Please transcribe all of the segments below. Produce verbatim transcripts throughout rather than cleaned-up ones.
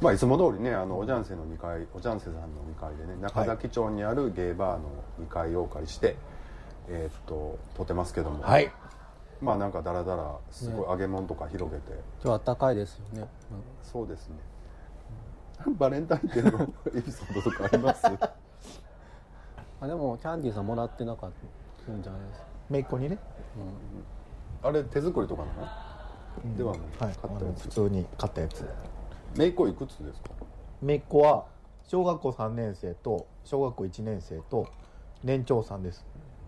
まあいつも通りね、あのおじゃんせのにかい、おじゃんせさんのにかいでね、中崎町にあるゲイバーのにかいをお借りして、えー、っと撮ってますけども、 はい、 まあなんかダラダラすごい揚げ物とか広げて、ね、 今日暖かいですよね、うん、 そうですね。バレンタインデーのエピソードとかあります？ あでもキャンディーさんもらってなかったんじゃないですか。 姪っ子にね、 うん、あれ手作りとかなの、うん、ではない、 はい、買ったやつ、普通に買ったやつ。 姪っ子いくつですか？ 姪っ子は小学校さんねん生と小学校いちねん生と年長さんです。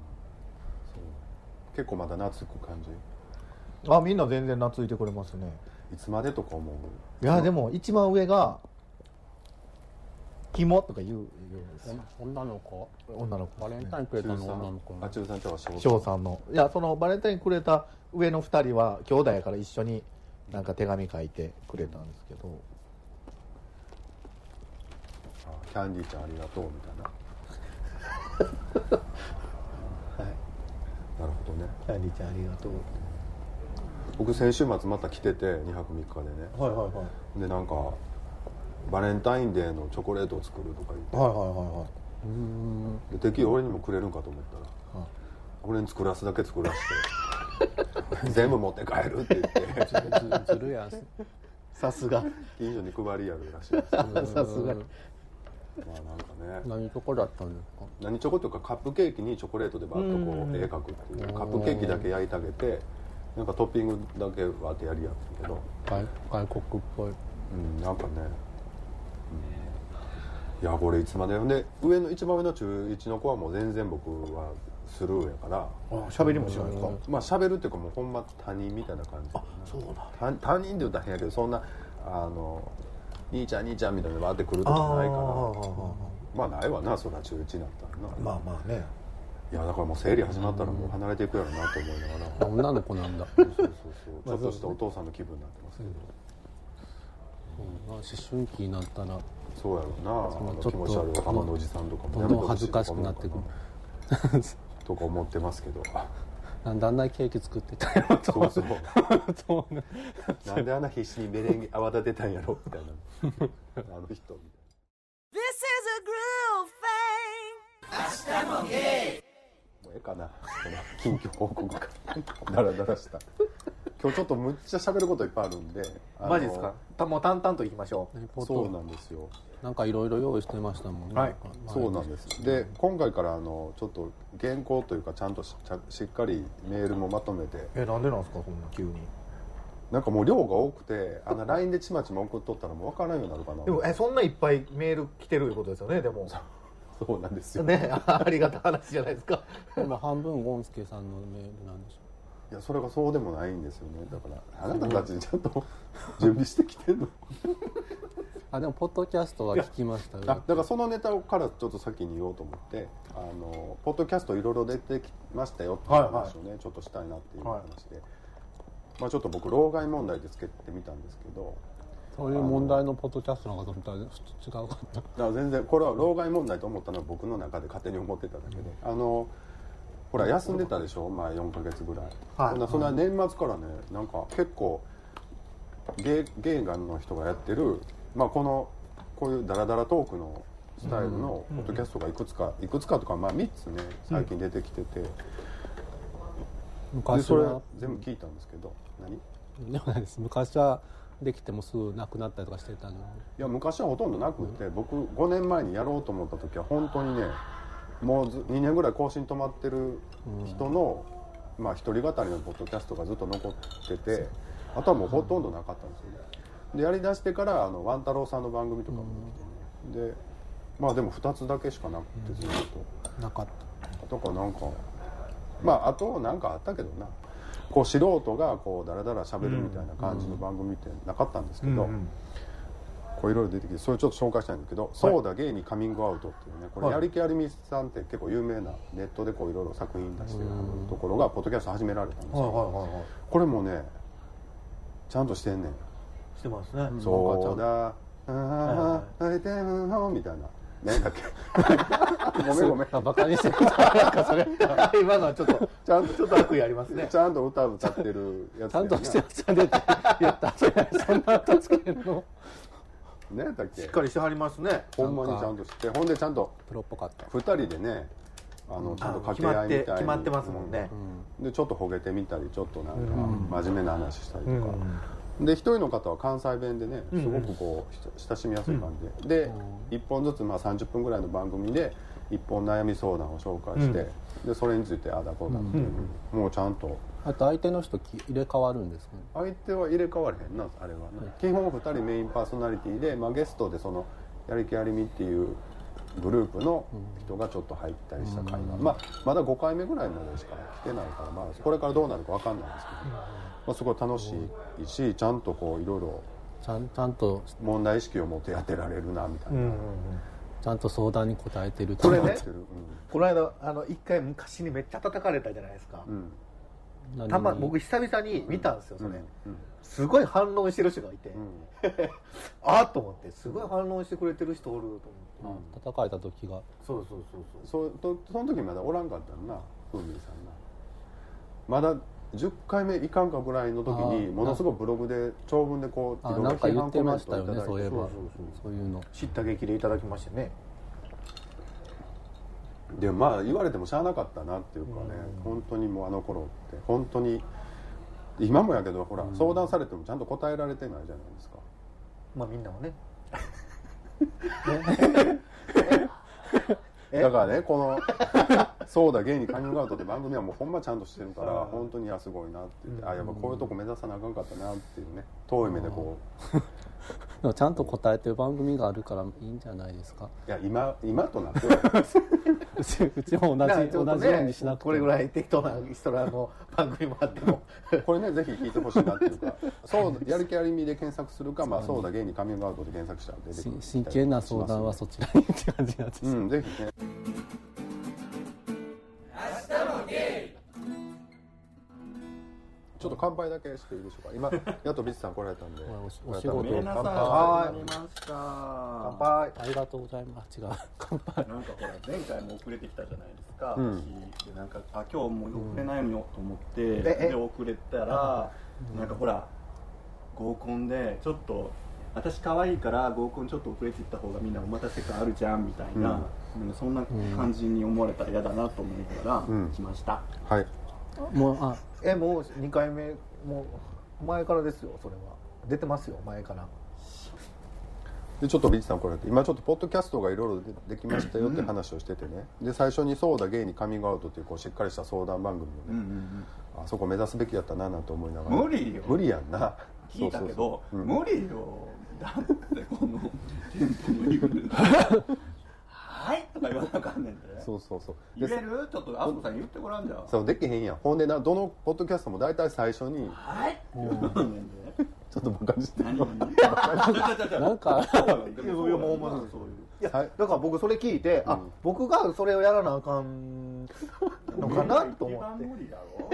そう結構まだ懐く感じ？ あ、みんな全然懐いてくれますね。 いつまでとか思う？ いやでも一番上がキモとか言う、言うんですよ。 女の子、 女の子、 バレンタインくれたの女の子。 あ、中さんちゃうわ、 翔さんの。いや、そのバレンタインくれた上のふたりは兄弟やから一緒になんか手紙書いてくれたんですけど、 あ、キャンディーちゃんありがとうみたいな。はい、なるほどね。 キャンディーちゃんありがとう。 僕先週末また来ててにはくみっかでね、 はいはいはい、 でなんかバレンタインデーのチョコレートを作るとか言って、 はいはいはいはい、うーんで敵俺にもくれるんかと思ったら、はい、俺に作らすだけ作らして全部持って帰るって言ってずるやん。 さすが近所に配りやるらしいです。 さすが。 まあなんかね、 何チョコだったんですか？ 何チョコというかカップケーキにチョコレートでバッとこう絵描くっていう、カップケーキだけ焼いてあげて、なんかトッピングだけわってやりやったけど、 外, 外国っぽい、 うん、なんかね、うん、いやこれいつまでで上の一番上の中いちの子はもう全然僕はスルーやから、 あ、喋りもしないですか？ まあ喋るっていうかもうほんま他人みたいな感じ。 あ、そうなん、他人で言うたら変やけど、そんなあの兄ちゃん兄ちゃんみたいなのバーって来るとかないから、まあないわな、そら中いちになったらな。 まあまあね。 いやだからもう生理始まったらもう離れていくやろなと思いながら、 女の子なんだ。 そうそうそう、ちょっとしたお父さんの気分になってますけど、 うん、思春期になったらそうやろうな、あの気持ち悪い浜のおじさんとかもどんどん恥ずかしくなってくるとか思ってますけど、 なんであんなケーキ作ってたんやろと。 そうそうそうなんであんな必死にメレンゲ泡立てたんやろみたいなあの人みたいな。 This is a groove thing. 明日もゲイ。 もうええかな、この近況報告がダラダラした。今日ちょっとむっちゃ喋ることいっぱいあるんで。 マジですか？たもう淡々といきましょう。そうなんですよ。 なんかいろいろ用意してましたもんね。 はい、 そうなんです。で今回からあのちょっと原稿というかちゃんと し, しっかりメールもまとめて。 え、なんでなんですかそんな急に。 なんかもう量が多くて、あの ライン でちまちま送っとったらもう分からんようになるかな。 でもえそんないっぱいメール来てるいうことですよね。でもそうなんですよね。ありがたい話じゃないですか。 今半分ゴンスケさんのメールなんでしょう。いやそれがそうでもないんですよね。だからあなたたちちゃんと準備してきてんの。 あ、でもポッドキャストは聞きましたよ。 あ、だからそのネタからちょっと先に言おうと思って、あのポッドキャストいろいろ出てきましたよっていう話をね、はいはい、ちょっとしたいなっていう話で、はい、まあ、ちょっと僕老害問題でつけてみたんですけど、 そういう問題のポッドキャストなんかと思ったら違うかった。 だから全然これは老害問題と思ったのは僕の中で勝手に思ってただけで、うん、あのほら休んでたでしょ、まあ、よんかげつぐらい、はい、それは年末からね、なんか結構ゲイ、ゲイガンの人がやってる、まあ、このこういうダラダラトークのスタイルのポッドキャストがいくつか、いくつかとか、まあ、みっつね最近出てきてて、 昔はでそれ全部聞いたんですけど、何でもないです。昔はできてもすぐなくなったりとかしてたの。いや昔はほとんどなくって、うん、僕ごねんまえにやろうと思った時は本当にね、もうにねんぐらい更新止まってる人の、うん、まあ一人語りのポッドキャストがずっと残ってて、あとはもうほとんどなかったんですよね。でやりだしてからあのワン太郎さんの番組とかも来てね、うん、でまあでもふたつだけしかなくてずっと、 うん、なかった。 だからなんかまああとなんかあったけどな、こう素人がこうダラダラ喋るみたいな感じの番組ってなかったんですけど、うんうん、こういろいろ出てきてそれちょっと紹介したいんだけど、はい、そうだゲイにカミングアウトっていうね、これ、はい、やりきありみさんって結構有名なネットでこういろいろ作品出してるところがポッドキャスト始められたんですよ、はいはいはいはい、これもねちゃんとしてんねん。 してますね。 そうだああいてむのみたいなねだっけごめんごめん、 バカにしてるなんかそれ今のはちょっとちゃんとちょっと悪意ありますね。 ちゃんと歌歌ってるやつちゃんとしてるやつが出て言った後にそんな歌つけるの何やったっけしっかりしてはりますね。 ほんまにちゃんとしてほんでちゃんとプロっぽかったふたりでねあのちゃんと掛け合いみたいに決まってますもんね、 うん、でちょっとほげてみたりちょっとなんか真面目な話したりとか、 うん、 で一人の方は関西弁でねすごくこう親しみやすい感じで、でいっぽんずつまあさんじゅっぷんぐらいの番組でいっぽん悩み相談を紹介して、うん、でそれについてあだこうだっていう、うん、もうちゃんとあと相手の人入れ替わるんですかね。 相手は入れ替われへんなあれはね、基本ふたりメインパーソナリティで、まあ、ゲストでそのやりきやりみっていうグループの人がちょっと入ったりした会話、うん、まあ、まだごかいめぐらいまでしか来てないから、まあ、これからどうなるか分かんないですけど、まあ、すごい楽しいしちゃんとこういろいろちゃんちゃんと問題意識を持ってやってられるなみたいな、うんうんうん、 ちゃんと相談に答えてるこれね、 うん、 この間あの一回昔にめっちゃ叩かれたじゃないですか、うん、たま僕久々に見たんですよそれ、うんうん、すごい反論してる人がいて、うん、あっと思ってすごい反論してくれてる人おると思って、 うん、叩かれた時がそうそうそうそうそうその時まだおらんかったんなふみさんなまだじゅっかいめいかんかぐらいの時にものすごいブログで長文でこういろいろなんか言ってましたよねそういえばそうそうそういうの知った激励いただきましてねでもまあ言われてもしゃあなかったなっていうかね、うん、本当にもうあの頃って本当に今もやけどほら、うん、相談されてもちゃんと答えられてないじゃないですかまあみんなはねだからねこの「そうだゲイにカミングアウト」って番組はもうほんまちゃんとしてるから本当にいやすごいなって言って、うん、あやっぱこういうとこ目指さなあかんかったなっていうね遠い目でこうでもちゃんと答えてる番組があるからいいんじゃないですか。 いや今今となってうちうちも同じ、ね、同じようにしなくてこれぐらい適当な人らの番組もあってもこれねぜひ聞いてほしいなっていうかそうやる気ありみで検索するか、まあ、そうだゲイにカミングアウトで検索したら出てくる真剣な相談はそちらにって感じなんです、 うん、ぜひねちょっと乾杯だけしていいでしょうか。今やっとビスさん来られたんでお仕事皆さんはい始まりました乾杯ありがとうございます違う乾杯なんかほら前回も遅れてきたじゃないですか、うん、でなんかあ今日も遅れないのよと思って、うん、で遅れたら、うん、なんかほら合コンでちょっと私可愛いから合コンちょっと遅れていった方がみんなお待たせ感あるじゃんみたいな、うん、そんな感じに思われたら嫌だなと思いながら来ました、 うん、はいもうあえもうにかいめもう前からですよそれは出てますよ前からでちょっとビーチさん来られて今ちょっとポッドキャストがいろいろできましたよって話をしててねで最初にそうだゲイにカミングアウトっていうこうしっかりした相談番組をね、うんうんうん、あそこ目指すべきやったななんて思いながら無理よ無理やんな聞いたけどそうそうそう、うん、無理よだってこのテンポのリズムはいとか言わなあかんねんでそうそうそう言えるちょっとあすこさん言ってごらんじゃんそうできへんやんほんでなどのポッドキャストも大体最初にはいって言わなあんねんでちょっとバカにしてるなんかいやもう思わずそういういや、はい、だから僕それ聞いて、うん、あ僕がそれをやらなあかんのかなと思って一番無理だろ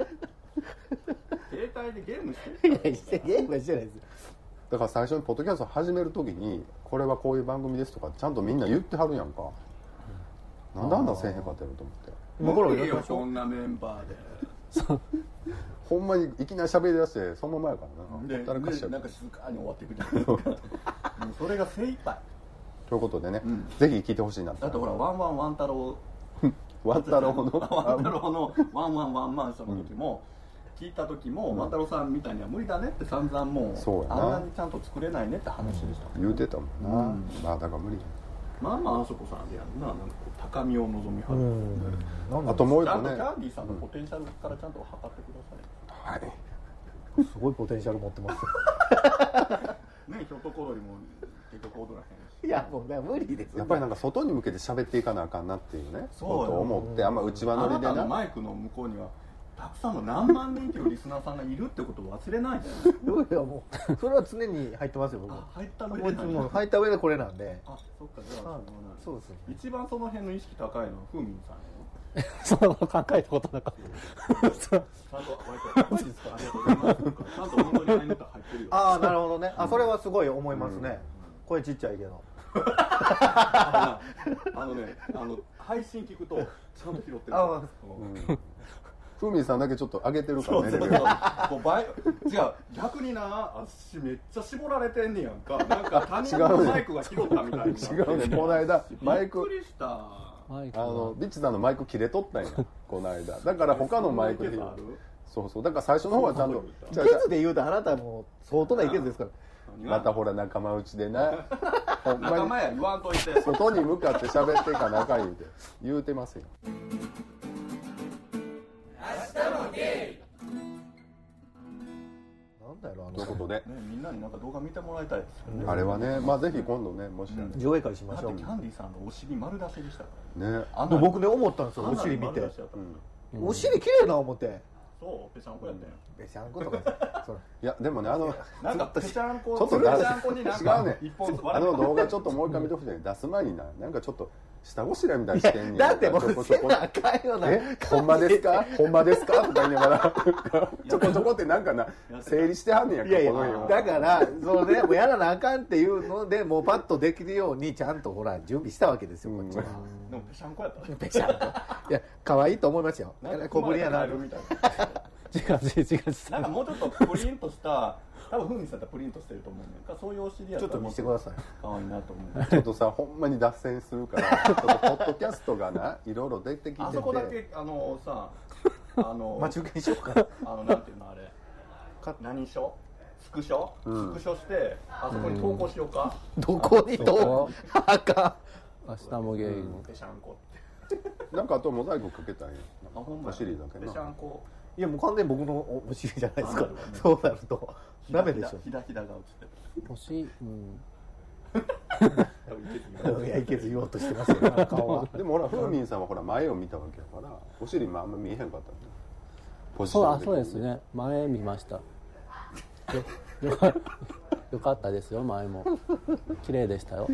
携帯でゲームしてるいやしてゲームはしてないですだから最初にポッドキャスト始めるときにこれはこういう番組ですとかちゃんとみんな言ってはるやんか、うん、なんであんなせえへんかったやろと思って無理よそんなメンバーでほんまにいきなり喋り出してそのままやからなででなんか静かに終わっていくじゃないですかそれが精一杯ということでね、うん、ぜひ聞いてほしいなだってほらワンワンワン太郎ワン太郎のワン太郎のワンワンワンマンションの時も、うん、聞いた時も、うん、ワン太郎さんみたいには無理だねって散々もうそうやなあんなにちゃんと作れないねって話でした、 うん、言うてたもんな、うん、まあだから無理やまあまああそこさんでやるななんかこう高みを望みはる、 うん、あともう一個ねちゃんとキャンディーさんのポテンシャルからちゃんと測ってください、 はいすごいポテンシャル持ってますねひょっところりも結局踊らへんいやもうね無理です、ね、 やっぱりなんか外に向けて喋っていかなあかんなっていうねことを思ってあんま内輪乗りでなあなたのマイクの向こうにはたくさんの何万人というリスナーさんがいるってことを忘れないじゃないですかいやもうそれは常に入ってますよ僕あ入った上でもう入った上でこれなんであそっかじゃあそうですね一番その辺の意識高いのはふうみんさんよそう考えたことなかったちゃんとマジですかありがとうございますちゃんと本当にああいうの入ってるよああなるほどねあそれはすごい思いますね、うん、声ちっちゃいけどあのねあの配信聞くとちゃんと拾ってるあ、うん、 ふうみんさんだけちょっと上げてるからね。 そうそうそうこう倍違う逆にな私めっちゃ絞られてんねやんかなんか他人のマイクが拾ったみたいに違うねこの間マイクびっくりしたマイクあのビッチさんのマイク切れとったんやこの間だから他のマイクでそうそうだから最初の方はちゃんといけずで言うとあなたも相当ないけずですからまたほら仲間内でなほんまに仲間や言わんといて外に向かって喋ってか仲いいって言うてますよなんだろうあのということで、 ね、みんなになんか動画見てもらいたいですよねあれはねまあぜひ今度ねもし、 うん上映会しましょうだってキャンディーさんのお尻丸出しでしたからねあんなで僕ね思ったんですよあんなお尻見て丸出しやったうんお尻綺麗な思ってそうぺしゃんこやったんやべしゃんことかそれいやでもねあのなんかぺしゃんこちょっとぺしゃんこになんか違うね一本あの動画ちょっともう一回見てほしいね出す前にななんかちょっと下ごしらえみたいにしてんねんだってもちょこうちょこせなあかんよなえほんまですかほんまですかとか言いながらちょこちょこってなんかな整理してはんねんやんかいやいやこの辺をだからそうねもうやらなあかんっていうのでもうパッとできるようにちゃんとほら準備したわけですよこっちはでもぺしゃんこやったねべしゃんといや可愛いと思いますよなんか小ぶりやなるみたい違う違う違うななんかもうちょっとプリンとした多分ふみさんってプリンとしてると思うねんかそういうお尻やちょっと見せてください可愛いなと思うちょっとさほんまに脱線するからちょっとポッドキャストがないろいろ出てきててあそこだけあのさあの待ち受けにしようかあのなんていうのあれ何ショスクショ、 うんスクショしてあそこに投稿しようか、 どこにとあか明日もゲイのぺしゃんこなんかあとモザイクかけたんやあほんまお尻だけぺしゃなんこいやもう完全に僕のおお尻じゃないですかあなるほどねそうなるとダメでしょひだひだが映ってる星うん多分いけずにいやいけず言おうとしてますよね顔はでもほらふうみんさんはほら前を見たわけやからお尻もあんま見えへんかったんだポジシそうョンあそうですね前見ましたよよかよかったですよ前も綺麗でしたよ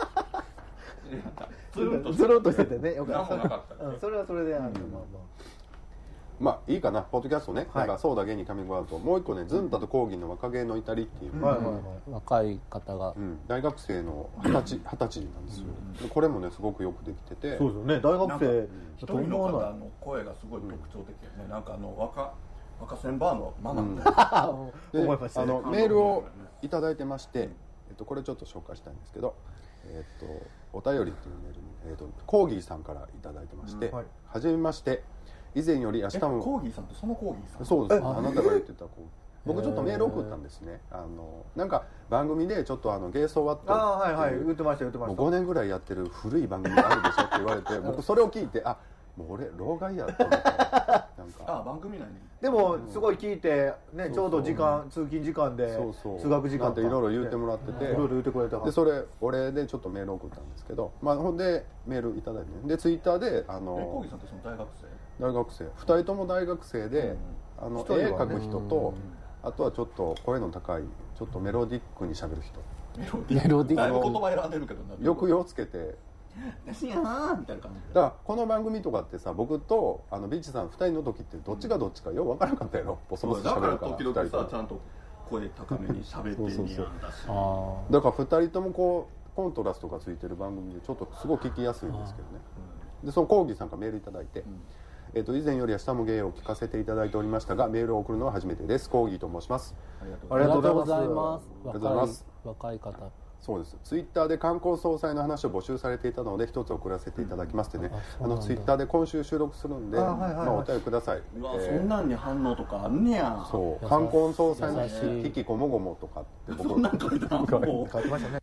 つるんとずるっとしててねよかっ何もなかったたうんそれはそれであのまあままあいいかなポッドキャストね、 はいなんかそうだ芸にカミングアウトもう一個ねズンタと講義の若芸の至りっていう、 あはいはいはい若い方がうん大学生の二十歳二十歳なんですよ、でこれもねすごくよくできててそうですよね大なんか学生一人の方の声がすごい特徴的やね、なんかあの若若千バーのママみたいな、 で思いましたねあのメールをいただいてまして、えっと、これちょっと紹介したいんですけど、えっと、お便りっていうメールに、えっと、コーギーさんからいただいてまして、 うんはいはじめまして以前より明日えもコーギーさんってそのコーギーさんそうですえあなたが言ってたコーギー僕ちょっとメール送ったんですねあのなんか番組でちょっとあのゲイソーワットああはいはいっていう言ってました言ってまもうしたごねんぐらいやってる古い番組があるでしょって言われて僕それを聞いてあもう俺老害やと思ってなんかあ番組内にでもすごい聞いてねそうちょうど時間通勤時間でそうそう通学時間なんていろいろ言ってもらってていろいろ言ってくれてはでそれ俺でちょっとメール送ったんですけど、まあ、ほんでメールいただいてでツイッターであえコーのギーさんってその大学生大学生ふたりとも大学生で、あの一人はね絵描く人とあとはちょっと声の高いちょっとメロディックにしゃべる人メロディだいぶック言葉選んでるけどな抑揚つけて 「しやー」みたいな感じでだからこの番組とかってさ僕とあのビーチさんふたりの時ってどっちがどっちかよう分からなかったやろボソボソだからしゃべるから時々 ふたりともさちゃんと声高めに喋ってんねやんだしあだからふたりともこうコントラストがついてる番組でちょっとすごい聞きやすいんですけどねでそのコーギーさんからメールいただいて、えっと以前より明日も芸を聞かせていただいておりましたがメールを送るのは初めてですコーギーと申しますありがとうありがとうございありがとうごまざいますありがとうございます若い若い方そうですツイッターで観光総裁の話を募集されていたので一つ送らせていただきますってね、 ああそうなんだのツイッターで今週収録するんであはいはいはいまあ、お便りください、 うわ、 えーそんなんに反応とかあんねやそう優しい観光総裁の優しい引きこもごもとかって僕そんなん書いてたもう書いてましたね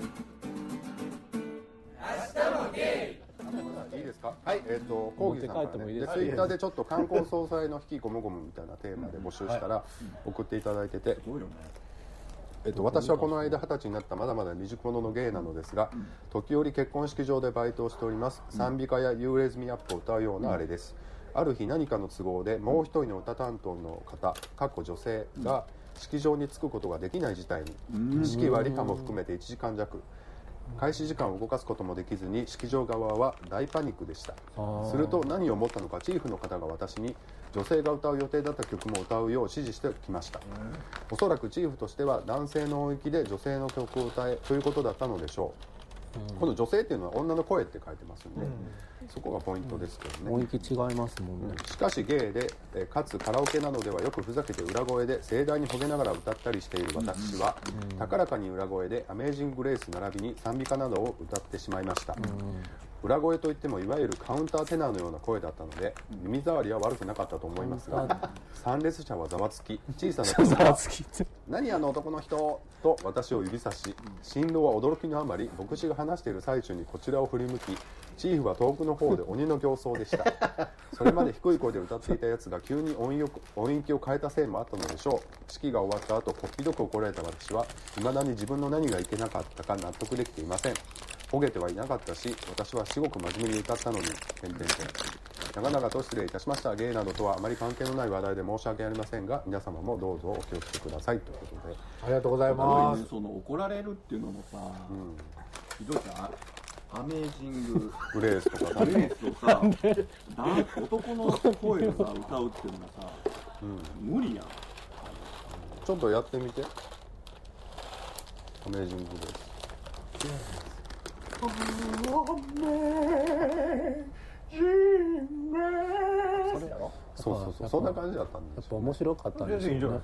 いいですかはいえっ、とコーギーさんから持って帰ってもいいねですかでツイッターでちょっと観光総裁の引きこもごもみたいなテーマで募集したら送っていただいてて、 すごいよねえっと、私はこの間二十歳になったまだまだ未熟者のゲイなのですが、時折結婚式場でバイトをしております、賛美歌や You Raise Me Up を歌うようなあれです、ある日何かの都合でもう一人の歌担当の方かっこ女性が式場に着くことができない事態に、式は理科も含めていちじかん弱、開始時間を動かすこともできずに式場側は大パニックでした。すると何を思ったのかチーフの方が私に女性が歌う予定だった曲も歌うよう指示してきました。おそらくチーフとしては男性の音域で女性の曲を歌えということだったのでしょう。 この女性っていうのは女の声って書いてますんで、うん、そこがポイントですけどね。 雰囲気違いますもんね、 うん、しかしゲイでえかつカラオケなどではよくふざけて裏声で盛大にほげながら歌ったりしている私は、うん、高らかに裏声でアメージング・グレイス並びに賛美歌などを歌ってしまいました、うん、裏声といってもいわゆるカウンターテナーのような声だったので耳障りは悪くなかったと思いますが、参列者はざわつき、小さな声が何あの男の人と私を指さし、新郎は驚きのあまり牧師が話している最中にこちらを振り向き、チーフは遠くの方で鬼の形相でした。それまで低い声で歌っていたやつが急に音域音域を変えたせいもあったのでしょう。式が終わった後、こっぴどく怒られた私は未だに自分の何がいけなかったか納得できていません。ほげてはいなかったし、私は至極真面目に歌ったのに、点々点。長々と失礼いたしました。ゲイなどとはあまり関係のない話題で申し訳ありませんが、皆様もどうぞお気をつけくださいということで。 ありがとうございます。 その怒られるっていうのもさ、うん、ひどいさ、アメージンググレースとかグレースをさ、男の声でさ歌うっていうのがさ、うん、無理やん。 ちょっとやってみて。アメージンググレース。 それやろ？ そうそうそう、そんな感じだったんですよ。 やっぱ面白かったんですよね。うん。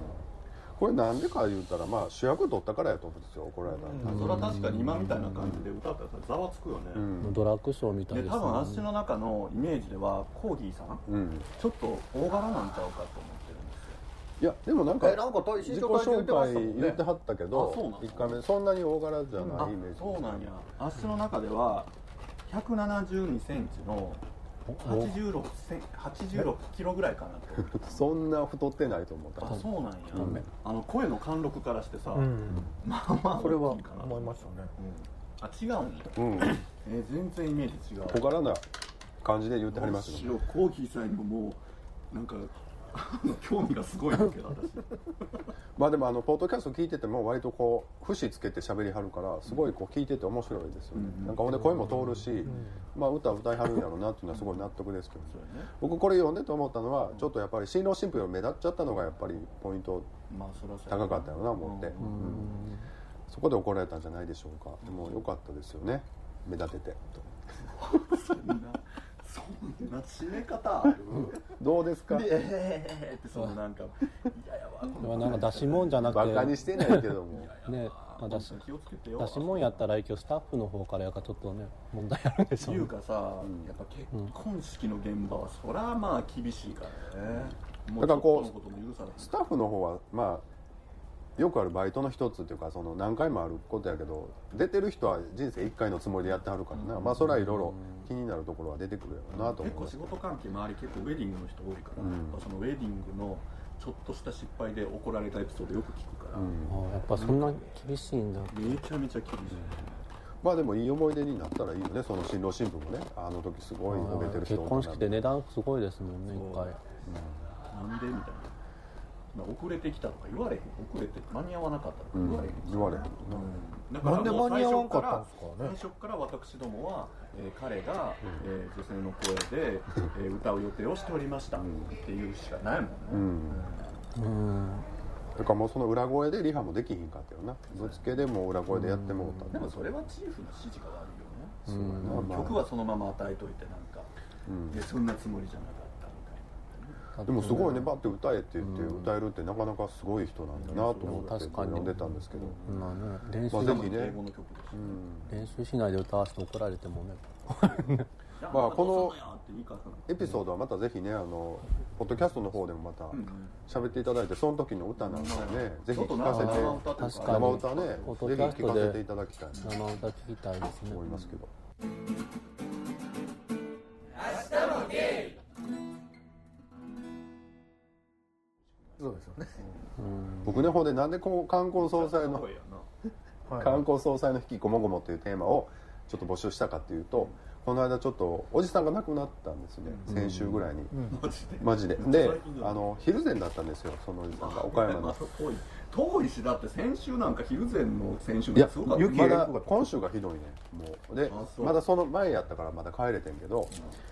これなんでか言うたら、まあ主役取ったからやと思うんですよ、怒られたら。 うん、それは確かに今みたいな感じで歌ったらざわつくよね。 うん、ドラッグショーみたいですね。 で、多分私の中のイメージではコーギーさん、うん、ちょっと大柄なんちゃうかと思ってるんですよ。 いやでもなんかえなんか自己紹介言ってはったけど、いっかいめそんなに大柄じゃないイメージ。 そうなんや。私の中ではひゃくななじゅうにセンチのはちじゅうろくセンはちじゅうろくキロぐらいかなと。 そんな太ってないと思った。 あ、そうなんや。うん、あの声の貫禄からしてさ、うん、 まあまあこれは思いましたね。 うん、あ、違うんだ。うん、えー、全然イメージ違う。 小柄な感じで言ってはりますよね。コーギーさんにももうなんか興味がすごいんだけど私。 まあでもあのポッドキャスト聞いてても割とこう節つけて喋りはるからすごいこう聞いてて面白いですよね、うん、なんかほんで声も通るし、うん、まあ歌歌いはるんやろうなっていうのはすごい納得ですけど、ね、僕これ読んでて思ったのはちょっとやっぱり新郎新婦より目立っちゃったのがやっぱりポイント高かったよな思って、うんうん、そこで怒られたんじゃないでしょうか。でも良かったですよね、目立てて。 そんなそんな締め方ある？ どうですか？ えーってそのなんかいややわ。 なんか出し物じゃなくて。 バカにしてないけども。 ね、まあ、出し出し物やったら今日スタッフの方からやからちょっとね問題あるんでしょうね。 っていうかさ、うん、やっぱ結婚式の現場はそらまあ厳しいからね。 だからこうスタッフの方はまあ。よくあるバイトの一つっていうかその何回もあることやけど出てる人は人生いっかいのつもりでやってはるからな、うん、まあそれはいろいろ気になるところは出てくるやろうなと思います。 結構仕事関係周り結構ウェディングの人多いから、うん、そのウェディングのちょっとした失敗で怒られたエピソードよく聞くから、 うん、やっぱそんな厳しいんだ。 めちゃめちゃ厳しい、うん、 まあでもいい思い出になったらいいよね。その新郎新婦もね、あの時すごい褒めてる人結婚式で値段すごいですもんね一回、 うん、なんでみたいな。遅れてきたとか言われへん。遅れて間に合わなかったとか言われへん、 うん、言われへん、 うん、だからなんで間に合わなかったんですかね。 最初から私どもは、えー、彼が、えー、女性の声で、えー、歌う予定をしておりました、うん、っていうしかないもんね、うんうん、だからもうその裏声でリハもできひんかったよな。ぶつけでも裏声でやってもうた、うん、 でもそれはチーフの指示が悪いよね、うん、曲はそのまま与えといてなんか、うん、でそんなつもりじゃなかった。 でもすごいね、バッて歌えって言って歌えるってなかなかすごい人なんだなと思って読んでたんですけど、 まあね、練習まあ、ぜひね、 練習しないで歌わせて怒られてもねまあこのエピソードはまたぜひね、あのポッドキャストの方でもまた喋っていただいて、その時の歌なんかね、ぜひ聞かせて、生歌ね、ぜひ聞かせていただきたい生歌聞きたいですね、 思いますけど。 明日もゲイ。 そうですよね、 うん、僕ね、ほんでなんでこう冠婚葬祭の冠婚葬祭の引きこもごもっていうテーマをちょっと募集したかっていうと、この間ちょっとおじさんが亡くなったんですね、うん、先週ぐらいに、うん、マジでであの昼前だったんですよ、そのおじさんが岡山の。 遠いし、だって先週なんか昼前の先週がすごかった。いやまだ今週がひどいねもうで、まだその前やったからまだ帰れてんけど、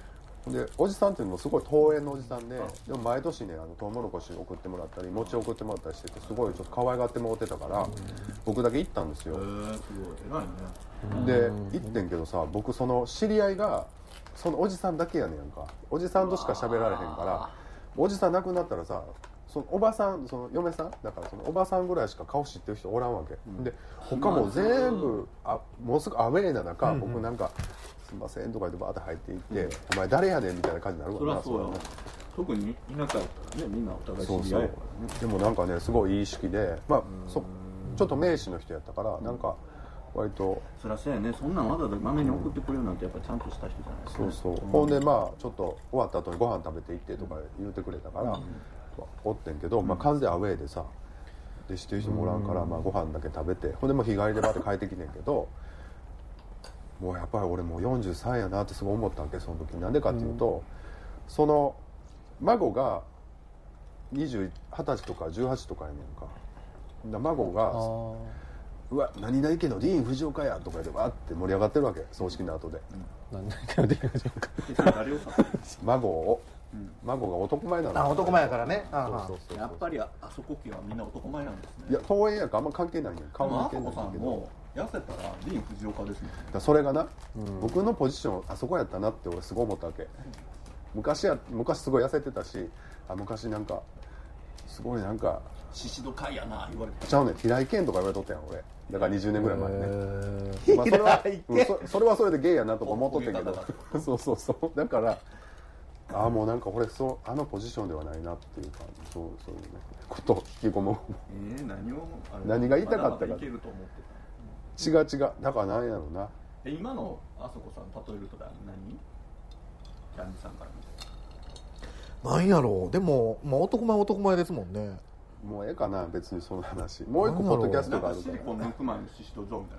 でおじさんっていうのもすごい遠縁のおじさんで、でも毎年ねあのトウモロコシ送ってもらったり餅送ってもらったりしててすごいちょっと可愛がってもらってたから、僕だけ行ったんですよ。へーすごい偉いね。で行ってんけどさ、僕その知り合いがそのおじさんだけやねんか。おじさんとしか喋られへんから、おじさん亡くなったらさ、そのおばさん、その嫁さんだからそのおばさんぐらいしか顔知ってる人おらんわけ、うん、で他も全部あもうすぐアウェーな中、うんうん、僕なんかすいませんとか言ってバーって入っていって、うん、お前誰やねんみたいな感じになるわな。 そりゃそうやね。特に田舎だったらねみんなお互い知り合いやからね。 でもなんかねすごいいい式で、まあそちょっと名士の人やったから、なんか割とそりゃそうやね。そんなんわざわざまめに送ってくれるなんてやっぱちゃんとした人じゃないですか、ね、 そうそう、うん、ほんでまあちょっと終わった後にご飯食べて行ってとか言うてくれたから、うん、おってんけど、まあ、完全アウェーでさで知ってる人もおらんから、まあ、ご飯だけ食べて、ほんでもう日帰りでバーって帰ってきてんけど、もうやっぱり俺もうよんじゅうさんやなってすごい思ったわけその時。なんでかっていうと、うん、その孫がにじゅう、はたちとかじゅうはちとかやねんか。だ孫がうわ何々家のディーン・フジオカやとかでわーって盛り上がってるわけ、葬式の後で、 うん、何々家のディーン・フジオカ誰を孫を、うん、孫が男前なの。 あ男前やからね。 そうそうそう、やっぱりあそこ家はみんな男前なんですね。 いや東映やからあんま関係ないねん。顔似てんだけど痩せたらディーン・フジオカですね。 だそれがな、うん、僕のポジションあそこやったなって俺すごい思ったわけ。昔や昔すごい痩せてたし、あ昔なんかすごいなんかシシドカイやな言われてちゃうねん、平井堅とか言われとったやん俺。だからにじゅうねんぐらい前ね、まあ、それは、うん、そ, それはそれでゲイやなとか思っとってんけどそうそうそう、だからああもうなんか俺そうあのポジションではないなっていうか、そうそういうねことを引き込む。 えー、何を何が言いたかったか。 まだまだいけると思ってた。違う違う、だから何やろうな。 え今のあそこさん例えると何？キャンディさんから見て。 何やろう。でも、まあ、男前男前ですもんね。 もうええかな別にその話。もう一個ポッドキャストがあるから。 シリコン抜く前のシシドジョーみたい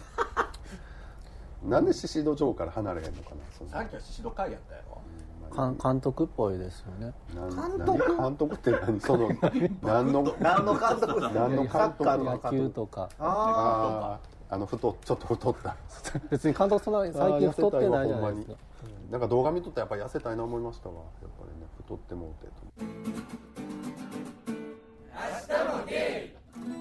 な。なんでシシドジョーから離れへんのかな。 そさっきはシシド会やったやろ。 監督っぽいですよね。 監督監督って何その何の何の監督何の監督野球とか。 あああの太ちょっと太った。 別に監督そんな最近太ってないじゃないですか。 なんか動画見とったらやっぱ痩せたいな思いましたわ。やっぱりね太ってもうて。明日もゲ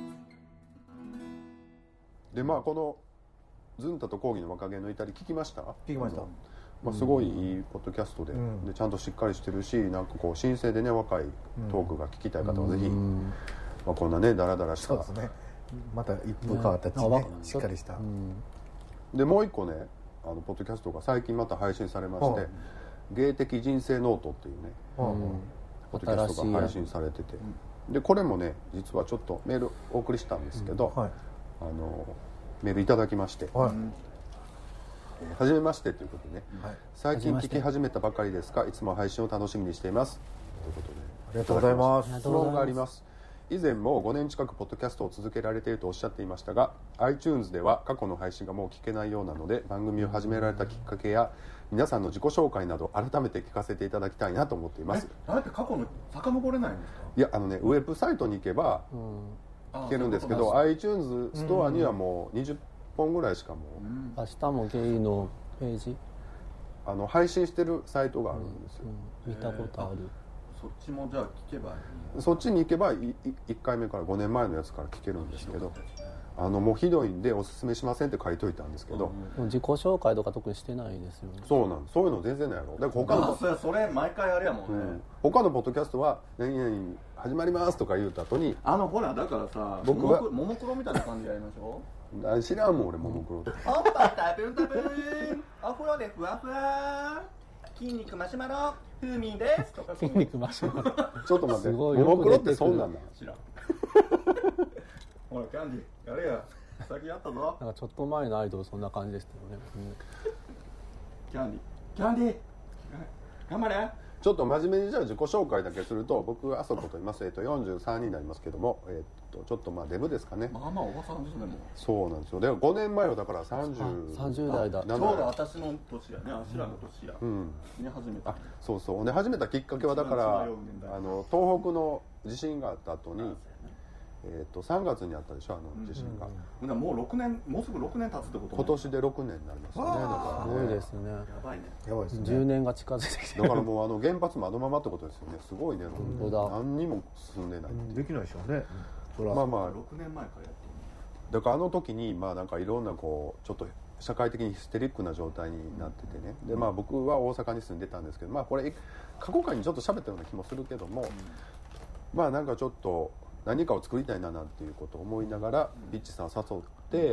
イでまあこのズンタと講義の若気の至り聞きました？ 聞きました。 まあ、すごいいいポッドキャストで、うん、でちゃんとしっかりしてるし、なんかこう新鮮でね若いトークが聞きたい方はぜひ、うんまあ、こんなねダラダラしたそうですね、また一風変わったち、ね、しっかりした、うん、 でもう一個ねあのポッドキャストが最近また配信されまして、芸的人生ノートっていうね、うん、ポッドキャストが配信されてて、でこれもね実はちょっとメールお送りしたんですけど、うんはい、あのメールいただきまして、はいはじめましてということでね、はい、最近聞き始めたばかりですがいつも配信を楽しみにしていますということで、 ありがとうございます。 質問があります。以前もごねん近くポッドキャストを続けられているとおっしゃっていましたが iTunes では過去の配信がもう聞けないようなので番組を始められたきっかけや皆さんの自己紹介など改めて聞かせていただきたいなと思っています。 え、だって過去の遡れないんですか？ いやあのねウェブサイトに行けば聞けるんですけど、うん、iTunes ストアにはもうにじゅっぽんぐらいしかもう、うん、 明日もゲイのページあの配信してるサイトがあるんですよ、 うん、見たことある。 そっちもじゃあ聞けばいい。 そっちに行けばいいいっかいめからごねんまえのやつから聞けるんですけど、あのもうひどいんでおすすめしませんって書いといたんですけど、 うん、自己紹介とか特にしてないですよね。 そうなんそういうの全然ないやろ。だから他のあそれそれ毎回あれやもんね、うん、 他のポッドキャストは「何々始まります」とか言うた後にあのほらだからさ僕はももクロみたいな感じでやりましょう。知らんもん俺ももクロっておっぱいたぶんたぶんお風呂でふわふわ筋肉マシュマロ風味ですとか筋肉マシュマロちょっと待ってももクロってそんなんだ知らんほらキャンディやれや先やったぞ。 なんかちょっと前のアイドルそんな感じでしたよね、 うん、キャンディキャンディ頑張れ。 ちょっと真面目にじゃあ自己紹介だけすると僕あそこと言います、えっと、よんじゅうさんになりますけども、えっと、ちょっとまあデブですかね。 まあまあおばさんですね。もうそうなんですよ。でごねんまえはだからさんじゅうさんじゅう代だ。 ちょうど私の年やね。あしらの年や、うん、ね始めた。あそうそうで始めたきっかけはだからあの東北の地震があった後にえー、とさんがつにあったでしょ、あの地震が、 うんうん、もうろくねん、もうすぐろくねん経つってこと、ね、 今年でろくねんになりますよね。だからすごいですね。 やばいね、 やばいですね。 じゅうねんが近づいてきてだからもうあの原発もあのままってことですよね。すごいね。 本当だ。 何にも進んでない、うん、 できないでしょうね。 まあまあろくねんまえからやってる。だからあの時にまあなんかいろんなこうちょっと社会的にヒステリックな状態になっててね、でまあ僕は大阪に住んでたんですけど、まあこれ過去回にちょっと喋ったような気もするけども、うん、まあなんかちょっと何かを作りたいななんていうことを思いながら、うん、ビッチさんを誘って、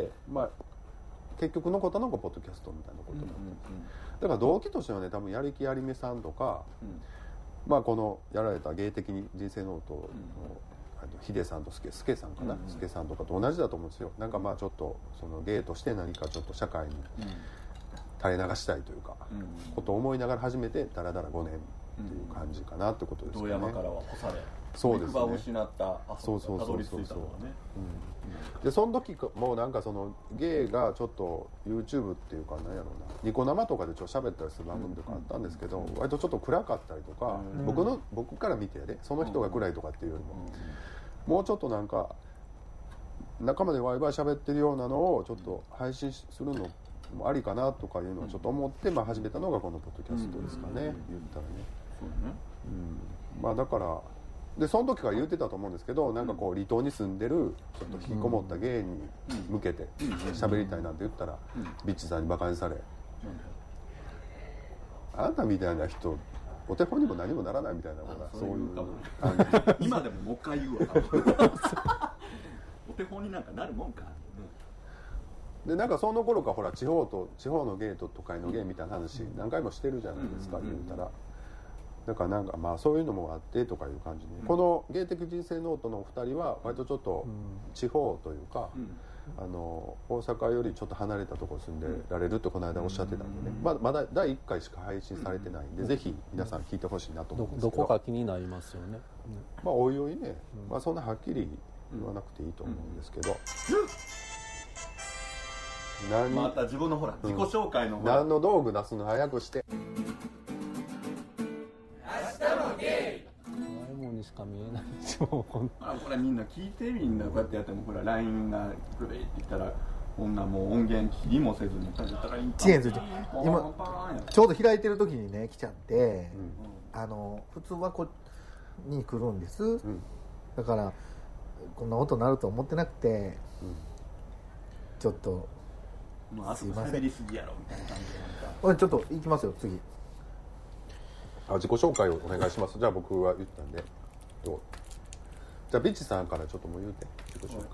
まあ結局残ったのがポッドキャストみたいなことになって、うんうんうん、だから動機としてはね、多分やりきやりめさんとか、うん、まあこのやられた芸的に人生ノートの、うんヒデさんとスケ、スケさんかな、うんうん、スケさんとかと同じだと思うんですよ。なんかまあちょっとその芸として何かちょっと社会に垂れ流したいというか、うんうん、ことを思いながら始めてだらだらごねんっていう感じかなってことですよね。 堂山からは干され、 そうですね、 行く場を失ったあそこがたどり着いたのはね。 でその時もうなんかその芸がちょっと YouTube っていうか何やろうな、ニコ生とかでちょっと喋ったりする番組とかあったんですけど、うんうん、割とちょっと暗かったりとか、うん、僕の僕から見てやでその人が暗いとかっていうよりも、うんもうちょっとなんか仲間でワイワイ喋ってるようなのをちょっと配信するのもありかなとかいうのをちょっと思って、まあ、始めたのがこのポッドキャストですかね、言ったらね。そうね、うん、まあだからでその時から言ってたと思うんですけど、なんかこう離島に住んでるちょっと引きこもった芸に向けて喋りたいなんて言ったら、ビッチさんにバカにされ、あんたみたいな人お手本にも何もならないみたいなことがそういう感じ今でももう一回言うわお手本になんかなるもんか、 うん、でなんかその頃からほら地方と地方の芸と都会の芸みたいな話何回もしてるじゃないですか、言うたら。だからなんかまあそういうのもあってとかいう感じで、うん、この芸的人生ノートのお二人は割とちょっと地方というか、うんあの大阪よりちょっと離れたところに住んでられるってこの間おっしゃってたんでね、まあ、まだだいいっかいしか配信されてないんで、ぜひ皆さん聞いてほしいなと思うんですけど、 ど, どこか気になりますよね、 まあおいおいね、まあ、そんなはっきり言わなくていいと思うんですけど、 何また自分のほら自己紹介の、 うん、何の道具出すの早くして。 しか見えないですよ。 あこれみんな聞いて、みんなこうやってやってもほら ライン がプレイって言ったらこんなもう音源切りもせずにたらいい遅延する今ちょうど開いてる時にね来ちゃって、うん、あの普通はこっに来るんです、うん、だからこんな音鳴ると思ってなくて、うん、ちょっともうあそこ喋りすぎやろみたいな感じでなんか俺ちょっと行きますよ次。 あ自己紹介をお願いします。じゃあ僕は言ったんでどうじゃあビッチさんからちょっともう言うて自己紹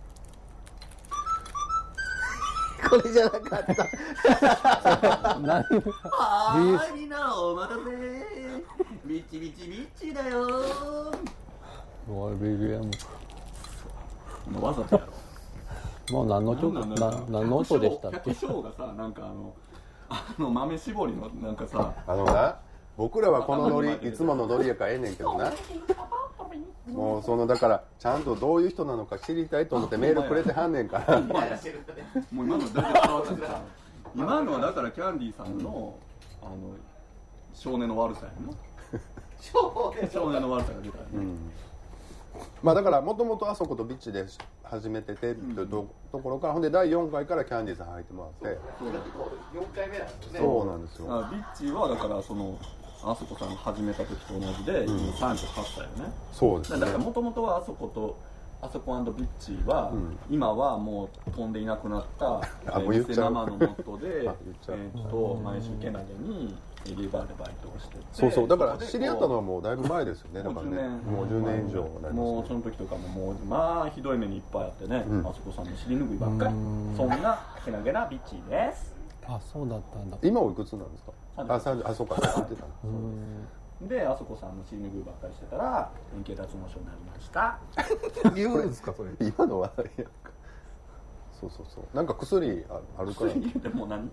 介。これじゃなかった何はーいみんなお待たせビッチビッチビッチだよーもう ビービーエムわざとやろもう何の曲な何の音でしたっけ。 百姓がさなんかあのあの豆絞りのなんかさあのな僕らはこのノリいつものノリやからええねんけどな、もうそのだからちゃんとどういう人なのか知りたいと思ってメールくれてはんねんからもう今のだから今のはだからキャンディーさんのあの少年の悪さやな少年の悪さが出たよね、うんまあだからもともとあそことビッチで始めててっていうところから、ほんでだいよんかいからキャンディーさん入ってもらって、 よんかいめなんですね。 そうなんですよ。 ビッチはだからそのあそこさんが始めた時と同じで、うん、さんじゅうはっさいよね。 そうですね。 だからもともとはあそことあそこ&ビッチは、うん、今はもう飛んでいなくなった店生のもとでえっと毎週けなげにリバーでバイトをしてて、 そうそうだから知り合ったのはもうだいぶ前ですよね。だからねもうじゅうねん以上になります、ね、 もうその時とかももうまあひどい目にいっぱいあってね、うん、あそこさんの尻拭いばっかり、そんなけなげなビッチです。 あそうだったんだ。 今おいくつなんですか。あさんじゅうあそうか言ってたのであそこさんの尻拭いばっかりしてたら円形脱毛症になりました言うんですかそれ。 今のはそうそうそうなんか薬ああるから薬でも何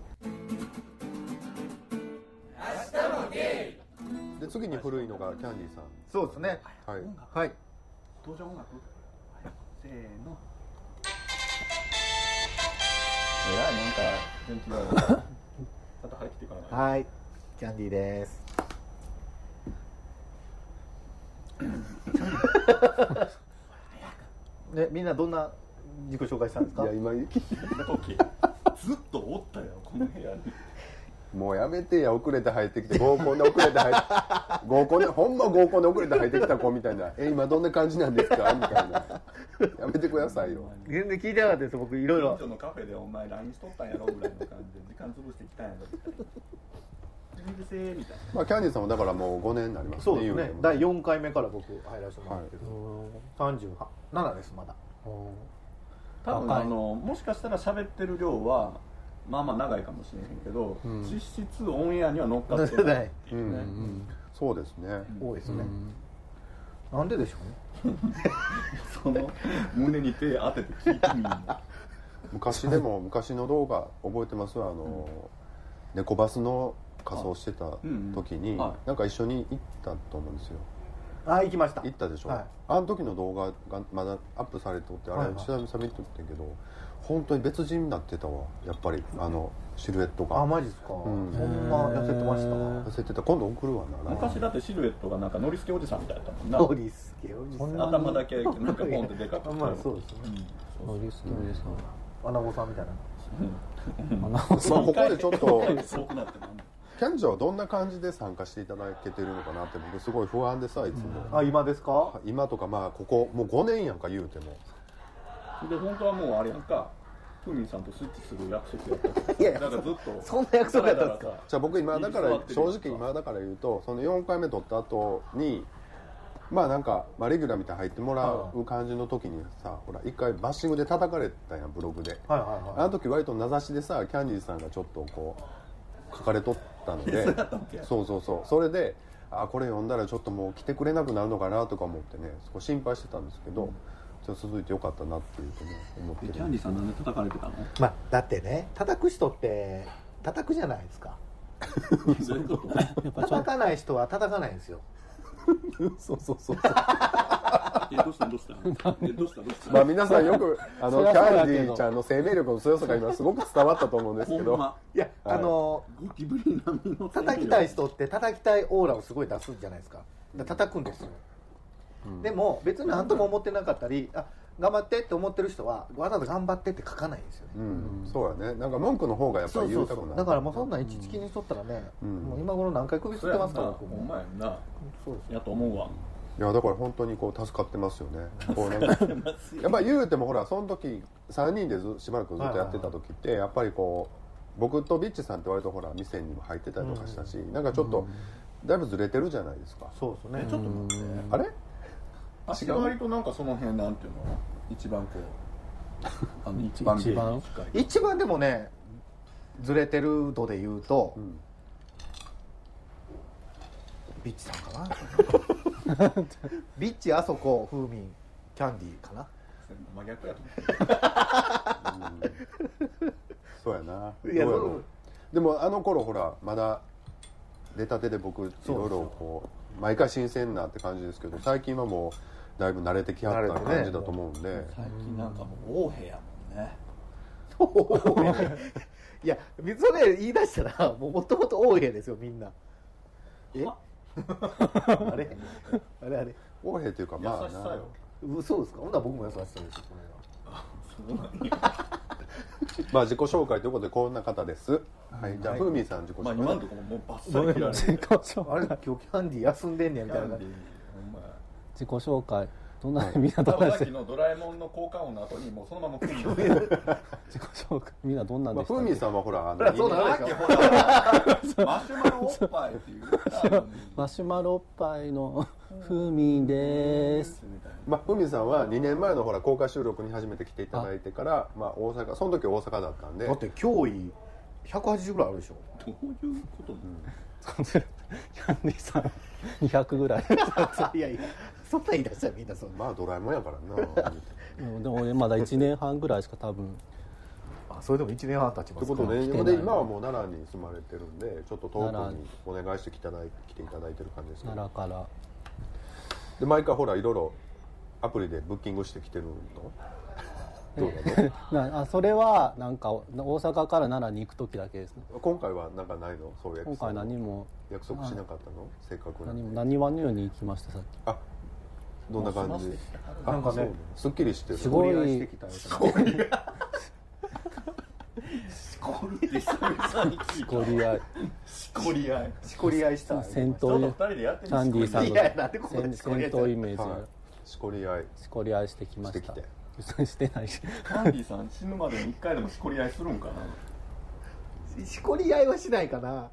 で次に古いのがキャンディーさん。 そうですね。 はいはい。 登場音楽せーの。えらいなんか元気がちゃんと入ってきてからはい。キャンディーです。 ね、みんなどんな自己紹介したんですか？ いや今ずっとおったよこの部屋に。 もうやめてや、遅れて入ってきて合コンで遅れて入って合コンでほんま合コンで遅れて入ってきた子みたいな「え今どんな感じなんですか?」みたいなやめてくださいよ。 全然聞いてなかったです僕いろいろ。 近所のカフェでお前 ライン しとったんやろぐらいの感じで時間潰してきたんやろみたいな。みたいな。まあキャンディーさんもだからもうごねんになりますね。 そうですね。だいよんかいめから僕入らせてもらってるけど、さんじゅうななですまだ。 多分あのもしかしたら喋ってる量はまあまあ長いかもしれへんけど、うん、実質オンエアには乗っかってないっていうね、うんうん、 そうですね、 多いですね、うん、なんででしょうねその胸に手当てて聞いてみるの昔でも昔の動画覚えてますあの、うん、猫バスの仮装してた時に、うんうんはい、なんか一緒に行ったと思うんですよ。 あ行きました。 行ったでしょ、 はい、 あの時の動画がまだアップされておって、あれ久々見とってんけど本当に別人になってたわやっぱりあのシルエットが。 あマジですか、うん、ほんま痩せてましたわ。 痩せてた。今度送るわな。 昔だってシルエットがなんかノリスケおじさんみたいだったもんな。 ノリスケおじさん頭だけなんかポンってでかくてまあそうですね、 うん、ノリスケおじさんアナゴさんみたいなアナゴさんここでちょっとそうなってなんだキャンジャーはどんな感じで参加していただけてるのかなって僕すごい不安でさいつも、 うん、あ今ですか？ 今とかまあここもうごねんやんか言うてもで本当はもうあれやんかふみんさんとスイッチする約束やったいやいやだからずっとそんな約束やったんですか？ じゃあ僕今だから正直今だから言うとそのよんかいめ取った後にまあなんか、まあ、レギュラーみたいに入ってもらう感じの時にさほら一回バッシングで叩かれたやんブログで、 はいはいはい、 あの時割と名指しでさキャンディーさんがちょっとこう書かれとったのでそうそうそうそれであこれ読んだらちょっともう来てくれなくなるのかなとか思ってね少し心配してたんですけど、うん、ちょっと続いてよかったなっていうとね思ってる。 キャンディーさんなんで叩かれてたの？ まあだってね叩く人って叩くじゃないですか叩かない人は叩かないんですよそうそうそうえどうしたどうしたえどうしたどうしたまあ皆さんよくあのキャンディーちゃんの生命力の強さが今すごく伝わったと思うんですけどいやあのゴキブリ並みの叩きたい人って叩きたいオーラをすごい出すじゃないですか。だ叩くんですよ、うん、でも別に何とも思ってなかったりあ頑張ってって思ってる人はわざわざ頑張ってって書かないんですよね、 うん、そうやねなんか文句の方がやっぱり言うたくない。そうそうそうだからもうそんなん一時期にしとったらね、うん、もう今頃何回首つってますから僕もお前なそうですやと思うわ。 いやだから本当にこう助かってますよねこうなんかやっぱり言うてもほらその時さんにんでずしばらくずっとやってた時ってやっぱりこう僕とビッチさんって割とほら店にも入ってたりとかしたし、うん、なんかちょっとだいぶずれてるじゃないですか。 そうですね。 ちょっと待ってあれ足割となんかその辺なんていうの一番こうあの一番一番一番でもねずれてる度で言うと、うん、ビッチさんかなビッチあそこ風味キャンディーかな真逆やと思う、うん、そうやないやそうでもあの頃ほらまだ出たてで僕いろいろこう毎回新鮮なって感じですけど最近はもうだいぶ慣れてきはった感じだと思うんで、ね、 最近なんかもう王兵やもんんねいやそれ言い出したらもともと王兵ですよみんな。えあれあれあれ王兵というかまあ優しさよ。 そうですか。ほんなら僕も優しさですよこれは。そうなんやまあ自己紹介ということでこんな方です。はい、じゃあふうみんさん自己紹介。 まあ今のところもうバッサリ切られて。 自己紹介。あれ今日キャンディー休んでんねやみたいな。 自己紹介。どんなみんなどんなさっきのドラえもんの効果音の後にもうそのまま自己紹介みんなどんなんでしたっけ。 ふうみんさんはほらあのそうなんですよ。ほらマシュマロおっぱいっていう。 マシュマロおっぱいのふうみんです。 まあ、ふみさんはにねんまえのほら公開収録に初めて来ていただいてからまあ、大阪その時大阪だったんでだって脅威ひゃくはちじゅうぐらいあるでしょ。 どういうこと、うん、 キャンディーさんにひゃくぐらいいやいやそんな言い出したらみんなそんなまあドラえもんやからなでもまだいちねんはんぐらいしか多分あそれでもいちねんはん経ちますか。 ということで、で今はもう奈良に住まれてるんでちょっと遠くにお願いして来ていただいてる感じですけど奈良からで毎回ほらいろいろアプリでブッキングしてきてるのどうなのあそれはなんか大阪から奈良に行く時だけですね。 今回はなんかないのそういう今回何も約束しなかったのせっかく何も何話のように行きましたさっき。 あどんな感じ？ なんかね、 すっきりしてる。 すごいしてきたよ。しこり合い。 しこり合い。 しこり合い。 しこり合いした。 戦ちょっと闘二人でやってみキャンディーさんのいやなんでこんな戦しこり合い闘イメージはいがしこり合いしこり合いしてきました。 してきてしてないし。 キャンディーさん死ぬまでに一回でもしこり合いするんかな。 しこり合いはしないかな。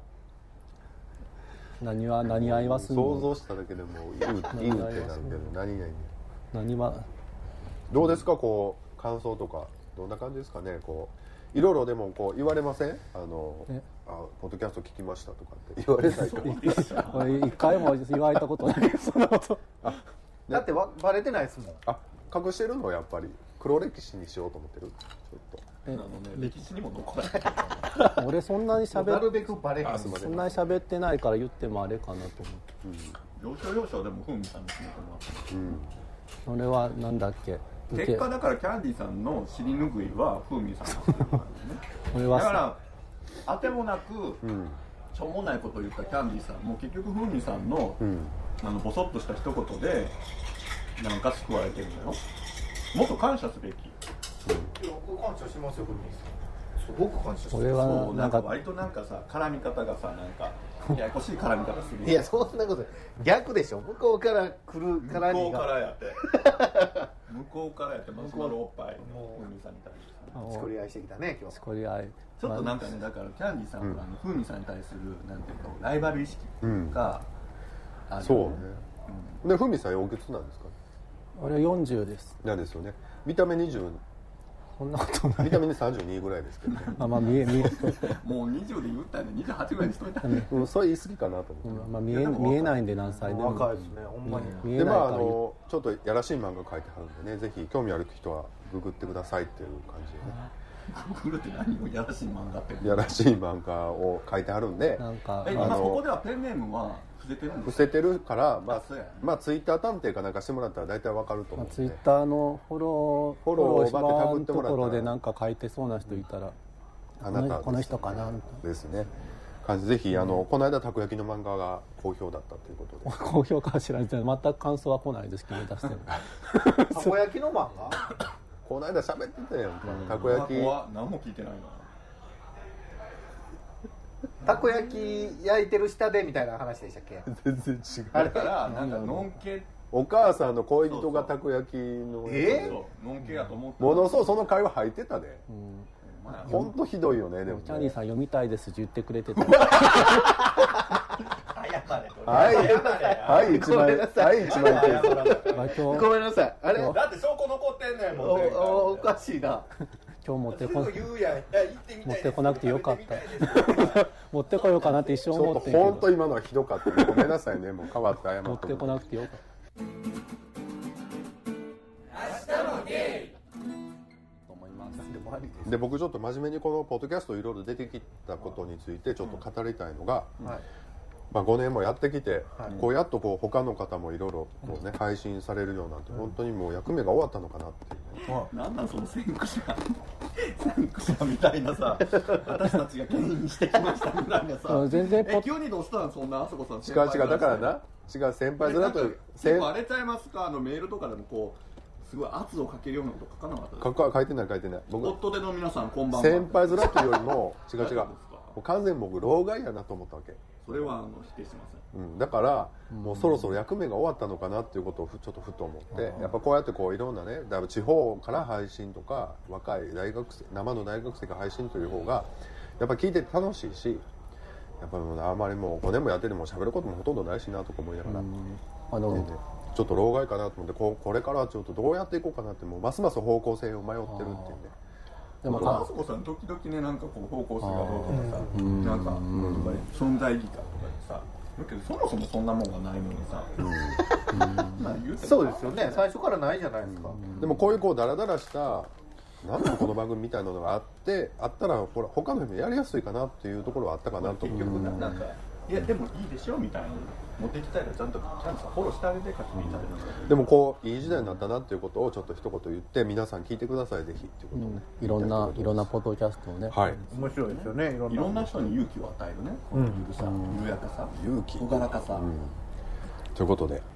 何は何合いはするの？ 想像しただけでもいいってなるけど何々 何はどうですかこう感想とかどんな感じですかねこういろいろでもこう言われませんあのあポッドキャスト聞きましたとかって言われないか俺一回も言われたことないそんなことだってわバレてないですもん。 あ隠してるのやっぱり黒歴史にしようと思ってるちょっとあのね歴史にも残らない俺そんなに喋っなるべくバレへん。 すいませそんなに喋ってないから言ってもあれかなと思って要所要所でもふみさんに決めてもらったうん俺はなんだっけ受け結果だからキャンディーさんの尻拭いはふみさんがするからね俺はだから当てもなく、 うんしょうもないことを言ったキャンディーさんも結局ふみさんの、 うんあのボソッとした一言でなんか救われてるのよ。もっと感謝すべき。 僕感謝しますよ、ふみさん。すごく感謝して俺まそうはなかなんんか割となんかさ絡み方がさなんかややこしい絡み方する。 す。いや、そんなこと逆でしょ。向こうから来るから向こにがうからやって向こうからやって松丸おっぱいもうふみさんに対してしこり合いしてきたね、今日し。こり合いちょっとなんかねだからキャンディーさんは、 うんあのふみさんに対するなんていうのライバル意識が、あのそうねでふみさんおいくつなんですか俺よんじゅうですなんですよね見た目にじゅうそんなことない見た目にさんじゅうにぐらいですけど、ねあまあ見え見えもうにじゅうで言ったんでにじゅうはちぐらいにしといたんでうん、それ言い過ぎかなと思って、 まあ見え見えないんで何歳でも若いですね、ほんまに。 でまああ見えないから言うのちょっとやらしい漫画書いてはるんでねぜひ興味ある人はググってくださいっていう感じでねグルって何をやらしい漫画ってやらしい漫画を書いてはるんでなんかえあの今ここではペンネームは伏せてるんで伏すせてるからまああそうやねまあツイッター探偵かなんかしてもらったら大体わかると思うんで、 ツイッターのフォローフォローをフォバッてタグローのとってもらったらころでなんか書いてそうな人いたらあなたこの人かなみたいですね感じぜひあのこの間たこ焼きの漫画が好評だったということでな好評かは知らない全く感想は来ないです決め出してもたこ焼きの漫画この間喋ってたやんかたこ怖焼き怖何も聞いてないなたこ焼き焼いてる下でみたいな話でしたっけ？ 全然違うだからなんかのんけお母さんの恋人がたこ焼きのえそうのんけやと思ってものすごいその会話入ってたでうんほんとひどいよねでもねキャンディーさん読みたいですって言ってくれてたはいはい一枚はい一枚まあ今日ごめんなさい。あれだって証拠残ってんねんおもうおおかしいな。 今日持ってこ言うやんいや行ってみたい持ってこなくてよかった持ってこようかなって一瞬ちょっと思ってんけど本当今のはひどかったごめんなさいねもう変わって謝って持ってこなくてよかったと思いますで僕ちょっと真面目にこのポッドキャストいろいろ出てきたことについてちょっと語りたいのが、 はい。 まあ、ごねんもやってきて、 はいこうやっとこう他の方もいろいろこうね配信されるようになって本当にもう役目が終わったのかなっていうねなんなんその先駆者先駆者みたいなさ私たちが牽引してきましたみたいなさあ全然ポえ急にどうしたんそんなあそこさん違う違うだからな違う先輩面と結先構あれちゃいますかあのメールとかでもこうすごい圧をかけるようなこと書かなかったですかか書いてない書いてない僕夫での皆さんこんばんは先輩面というよりも違う違うも大丈夫ですかう完全に僕老害やなと思ったわけ、 それはあの否定しませんうん、だからもうそろそろ役目が終わったのかなっていうことをふちょっとふと思ってやっぱこうやってこういろんなねだいぶ地方から配信とか若い大学生生の大学生が配信という方がやっぱ聞いてて楽しいしやっぱりもうあまりもうごねんもやってても喋ることもほとんどないしなとか思いながら、 あの、 でねちょっと老害かなと思ってこうこれからはちょっとどうやっていこうかなってもうますます方向性を迷ってるっていうねでもかあそこさん時々ねなんかこう方向性がどうとかさなんか存在意義かとかでさだけどそもそもそんなもんがないのにさ、まあ言うてもそうですよね。最初からないじゃないですか。 でもこういうこうダラダラしたなんだこの番組みたいなのがあってあったらほら他の人もやりやすいかなっていうところはあったかなと思う結局ななんかいやでもいいでしょみたいな持ってきたいらちゃんとちゃんとさフォローしてあげて書きみたいなでもこういい時代になったなっていうことをちょっと一言言って皆さん聞いてくださいぜひっていうことをね、 いろんないろんなポッドキャストをね、 はい面白いですよね。いろんな。 いろんな人に勇気を与えるねこのゆるさ緩やかさ勇気朗らかさということで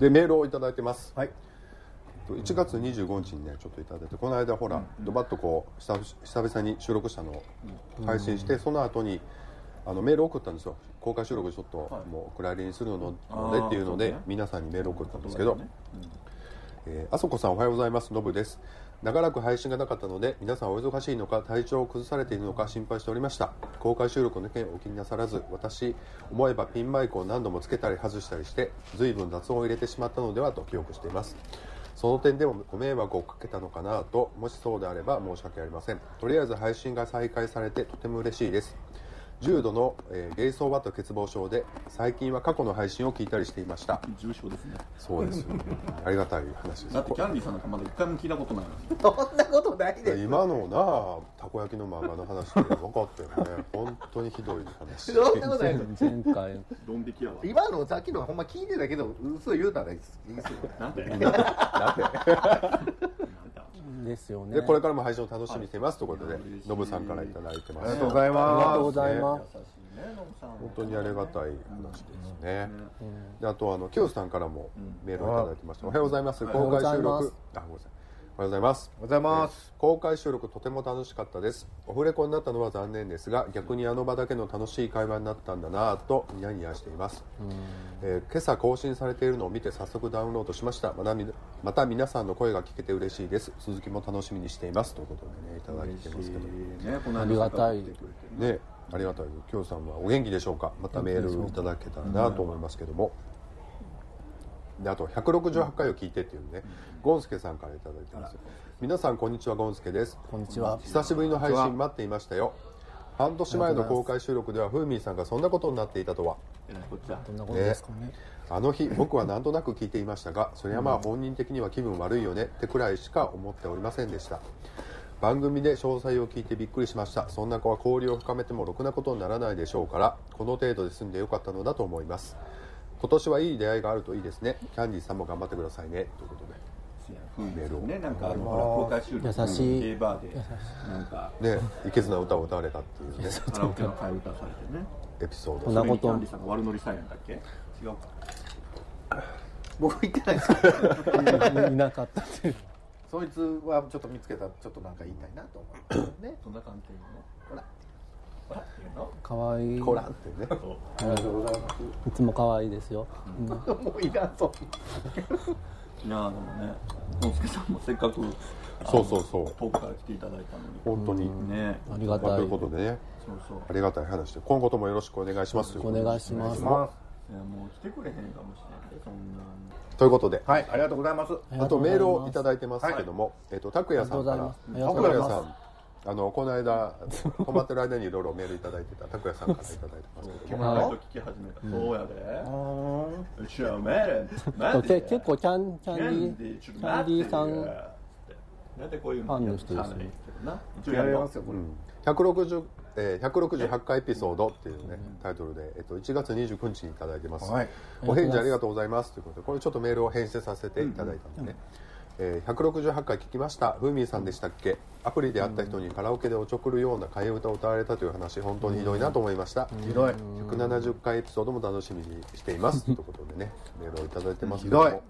でメールをいただいてます。 はい。 いちがつにじゅうごにちにねちょっといただいて、この間ほら、うん、ドバッとこう久々に収録したのを配信して、うん、その後にあのメールを送ったんですよ。公開収録ちょっともう暗いにするのでっていうので、皆さんにメールを送ったんですけど、えー、あそこさんおはようございます。のぶです。長らく配信がなかったので、皆さんお忙しいのか体調を崩されているのか心配しておりました。公開収録の件お気になさらず、私思えばピンマイクを何度もつけたり外したりして随分雑音を入れてしまったのではと記憶しています。その点でもご迷惑をかけたのかなと、もしそうであれば申し訳ありません。とりあえず配信が再開されてとても嬉しいです。重度の、えー、ゲイソーバット欠乏症で最近は過去の配信を聞いたりしていました。 重症ですね。 そうですよ、ね、ありがたい話です。 だってキャンディーさんなんかまだ一回も聞いたことないのに。 そんなことないです。 今のなたこ焼きの漫画の話で分かったよね。本当にひどい話。 そんなことないです。 前回ドン引きやわ。 今のさっきのほんま聞いてたけど嘘言うたらいいですよ。 なんで？ なんで？ ですよね。 でこれからも配信を楽しみにしていますということで、ノブさんからいただいてます。 ありがとうございます。 ありがとうございます。 本当にありがたい話ですね。であとあのキヨさんからもメールをいただいてました。おはようございます。公開収録あごめんなさい。おはようございます。 おはようございます。 公開収録とても楽しかったです。オフレコになったのは残念ですが、逆にあの場だけの楽しい会話になったんだなぁとニヤニヤしています。えー、今朝更新されているのを見て早速ダウンロードしました。また、また皆さんの声が聞けて嬉しいです。続きも楽しみにしていますということでねいただいてますけど、 ね、このありがたいね、ありがたい。きょうさんはお元気でしょうか。またメールいただけたらなと思いますけども、であとひゃくろくじゅうはちかいを聞いてっていうね、ゴンスケさんからいただいてます。皆さんこんにちは、ゴンスケです。 こんにちは。 久しぶりの配信待っていましたよ。半年前の公開収録ではフーミーさんがそんなことになっていたとは。 どんなことですかね。 ね、あの日僕はなんとなく聞いていましたが、それはまあ本人的には気分悪いよねってくらいしか思っておりませんでした。番組で詳細を聞いてびっくりしました。そんな子は交流を深めてもろくなことにならないでしょうから、この程度で済んでよかったのだと思います。今年はいい出会いがあるといいですね。キャンディーさんも頑張ってくださいねということでメールをね、なんかあのほら公開収録優しいゲイバーでなんかね、いけずな歌を歌われたっていうね、 カラオケの替え歌されてね、 エピソード。 こんなことキャンディーさんが悪ノリさんやったっけ？違うか。 僕言ってないですよ。 いなかったっていう。 そいつはちょっと見つけたらちょっとなんか言いたいなと思ってね。 そんな感じのほらほらっていうのかわいい。 コランってね。 ありがとうございます。 いつもかわいいですよ。 うん、もういらんそう。 いやでもね、のんすけさんもせっかくそうそうそう遠くから来ていただいたのに本当にね、 ありがたい。 ということでね、 そうそうありがたい話で今後ともよろしくお願いします。 お願いします。 いやもう来てくれへんかもしれないそんな。 ということで、 はい、ありがとうございます。 あとメールをいただいてますけども、はい、えっと拓也さんから、拓也さん、あのこの間困ってる間にいろいろメールいただいてた拓也さんからいただいてますけども、 はい、聞き始めた。そうやで。うちはメール。 結構キャンキャンディーキャンディーさんなんでこういうのファンの人ですね。 一応やりますよこれ。 ひゃくろくじゅうえー、ひゃくろくじゅうはちかいエピソードっていうね、タイトルで、えっと、いちがつにじゅうくにちにいただいてます、はい、お返事ありがとうございますということで、これちょっとメールを返信させていただいたんでね、うんうんえー、ひゃくろくじゅうはちかい聞きました。フーミーさんでしたっけ。アプリで会った人にカラオケでおちょくるような替え歌を歌われたという話、本当にひどいなと思いました。ひどい。ひゃくななじゅっかいエピソードも楽しみにしていますということでね、メールをいただいてますけども、ひ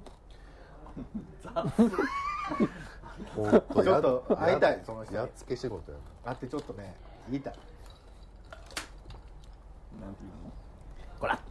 どいちょっと会いたい、その人やっつけ仕事や会ってちょっとね言いたい。 なんていうの？ こらって。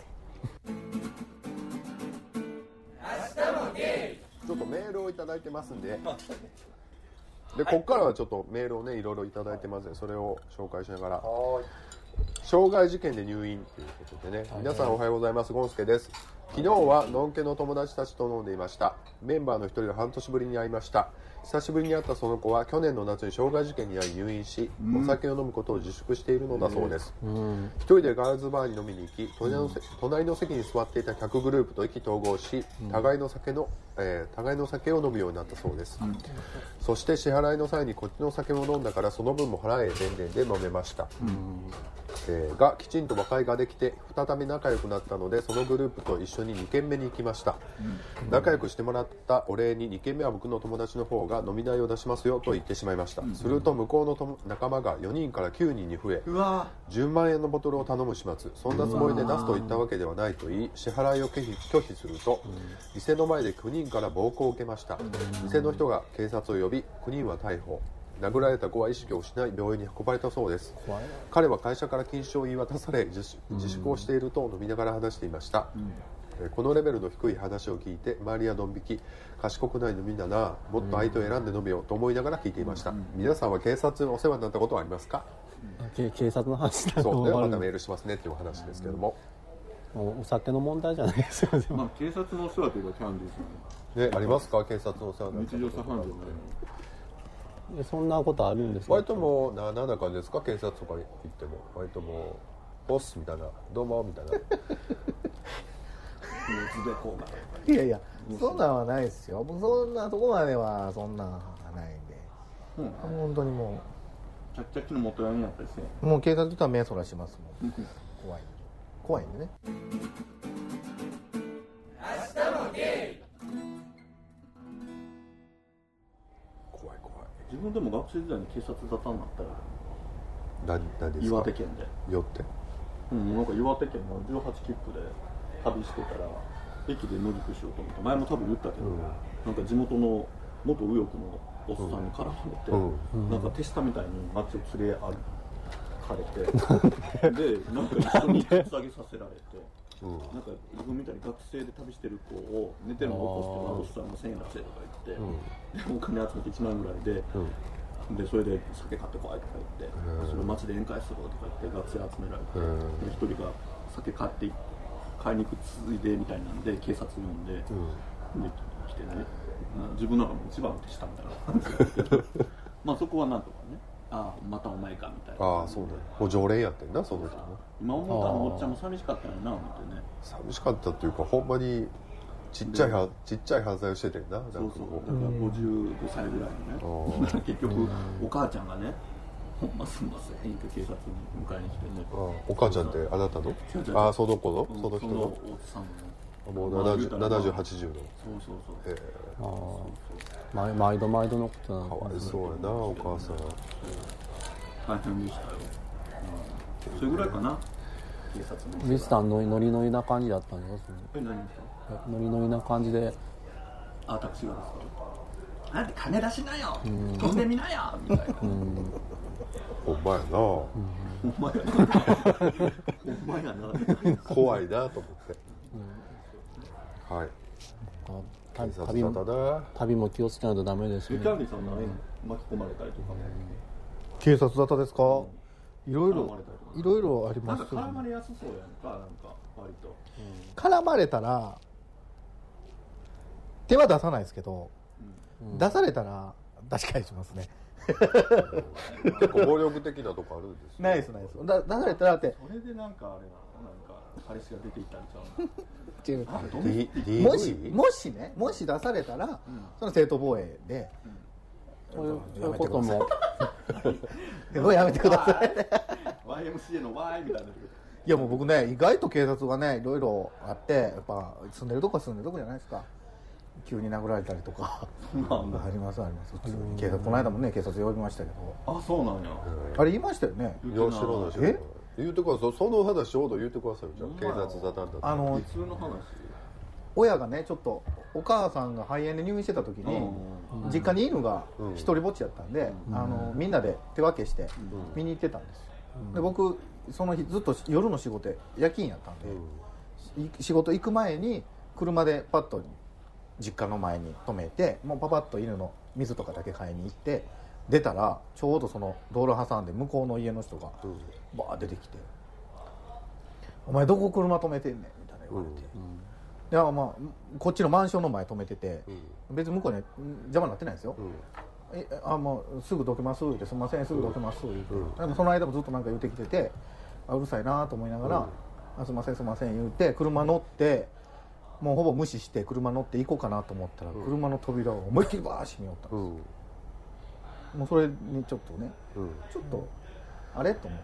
明日もゲイ。 ちょっとメールをいただいてますんで、でここからはちょっとメールをねいろいろいただいてますので、それを紹介しながら。傷害事件で入院ということでね、皆さんおはようございます。ゴンスケです。昨日はのんけの友達たちと飲んでいました。メンバーの一人が半年ぶりに会いました。久しぶりに会ったその子は去年の夏に傷害事件に遭い入院し、うん、お酒を飲むことを自粛しているのだそうです、うん、一人でガールズバーに飲みに行き、隣の、うん、隣の席に座っていた客グループと意気投合し、互いの酒の、えー、互いの酒を飲むようになったそうです、うん、そして支払いの際にこっちの酒も飲んだからその分も払えでんでんで飲めました、うん、 えー、がきちんと和解ができて再び仲良くなったので、そのグループと一緒にに軒目に行きました、うん、仲良くしてもらったお礼にに軒目は僕の友達の方が飲み代を出しますよと言ってしまいました、うん、すると向こうのと仲間がよにんからきゅうにんに増え、 うわじゅうまん円のボトルを頼む始末。そんなつもりで出すと言ったわけではないと言い、支払いを拒否、拒否すると、うん、店の前できゅうにんから暴行を受けました、うん、店の人が警察を呼びきゅうにんは逮捕。殴られた子は意識を失い病院に運ばれたそうです。彼は会社から禁止を言い渡され自粛をしていると飲みながら話していました、うん、このレベルの低い話を聞いて周りはドン引き、賢くない飲みだな、もっと相手を選んで飲めようと思いながら聞いていました、うん、皆さんは警察にお世話になったことはありますか？ うん、警察の話だとそうね、またメールしますねっていう話ですけども、 うん、お酒の問題じゃないですよね。 まあ、警察のお世話というかキャンディーズね、ありますか？警察のお世話になった日常茶飯事じゃないの？ そんなことあるんですか？ 割ともうな、なんだかですか？警察とか行っても割ともうボスみたいな、どうもみたいないやいや、そんなんはないですよ。そんなとこまではそんなんはないんで、うん、本当にもうチャッチャッキの元ヤンになったりして、 もう警察とは目そらしますもん怖い怖いんでね。 明日もゲイ。 自分でも学生時代に警察沙汰になったら何何ですか？ 岩手県でよってうんなんか岩手県のじゅうはち切符で旅してたら駅で乗り換えしようと思って、前も多分言ったけど、うん、なんか地元の元右翼のおっさんに絡まれて、うん、なんか手下みたいに街を連れ歩かれてでなんか一緒に手下げさせられてうん、なんか自分みたいに学生で旅してる子を寝てるのを起こして、あのおっさんがせんえん出せとか言って、うん、でお金集めていちまん円ぐらいで、うん、でそれで酒買ってこいとか言って、うん、それを街で宴会するとか言って学生集められて、一、うん、人が酒買って買いに行くついでみたいなんで警察呼んで、うん、で来てね、自分なんかも一番手下みたいな感じだけどまあそこはなんとかね、ああまたお前かみたいな。 ああそうね、もう常連やってんなその人も。 今思ったらおっちゃんも寂しかったよな思ってね。 寂しかったっていうかほんまにちっちゃいはちっちゃい犯罪をしててんな。なんかそうそうだからごじゅうごさいぐらいのね結局お母ちゃんがねほんますんません警察に迎えに来てね。 あお母ちゃんってあなたのああその子のその人のおっさんのもうななじゅう、はちじゅうのそうそうそう、えー、ああ毎度毎度のことなのかわいそうやなお母さん。 大変でしたよ、うん、それぐらいかな。警察のミスターノリノリノリな感じだったんですか？ え何ですか？ ノリノリな感じで。 あタクシーがですか？なんで金出しなよ、うん、飛んでみなよみたいな、うん、 ほんまやな、うん、 ほんまやなほんまやな怖いなと思って、うん、はい旅も旅も気をつけないとダメですね。キャンディーさん何巻き込まれたりとかね。 警察沙汰ですか？いろいろいろいろありますよね。 なんか絡まれやすそうやんか、なんか割と、 うん、絡まれたら手は出さないですけど、うん、出されたら出し返しますね。 結構暴力的なとこあるんです、 ね、ないですないです。だ出されたらってそれでなんかあれなのなんか彼氏が出ていったんちゃうの違うもしもしねもし出されたら、うん、その正当防衛で、 うん、そういうこともやめてください。 ワイエムシーエー の Y みたいな。いやもう僕ね意外と警察がねいろいろあってやっぱ住んでるとこは住んでるとこじゃないですか。急に殴られたりとかありますあります。警察この間もね警察呼びましたけど。 あそうなんや。 あれ言いましたよね。 いや知らない知らない。言ってください。その話ちょうど言ってくださいよ。じゃあ警察沙汰だったあの普通の話。 親がねちょっとお母さんが肺炎で入院してた時に実家に犬が一人ぼっちだったんで、うん、あのみんなで手分けして見に行ってたんですよ、うん、で僕その日ずっと夜の仕事夜勤やったんで、うん、仕事行く前に車でパッと実家の前に止めてもうパパッと犬の水とかだけ買いに行って出たらちょうどその道路挟んで向こうの家の人がバー出てきて「お前どこ車止めてんねん」みたいな言われて、うんいやまあこっちのマンションの前止めてて、うん、別に向こうに邪魔になってないですよ、うん、えあもうすぐどけますってすみませんすぐどけます言って、うん、でもその間もずっとなんか言ってきててあうるさいなと思いながら、うん、あすみませんすみません言って車乗ってもうほぼ無視して車乗って行こうかなと思ったら、うん、車の扉を思いっきりバーッ閉めよったんですよ、うん、もうそれにちょっとね、うん、ちょっとあれと思って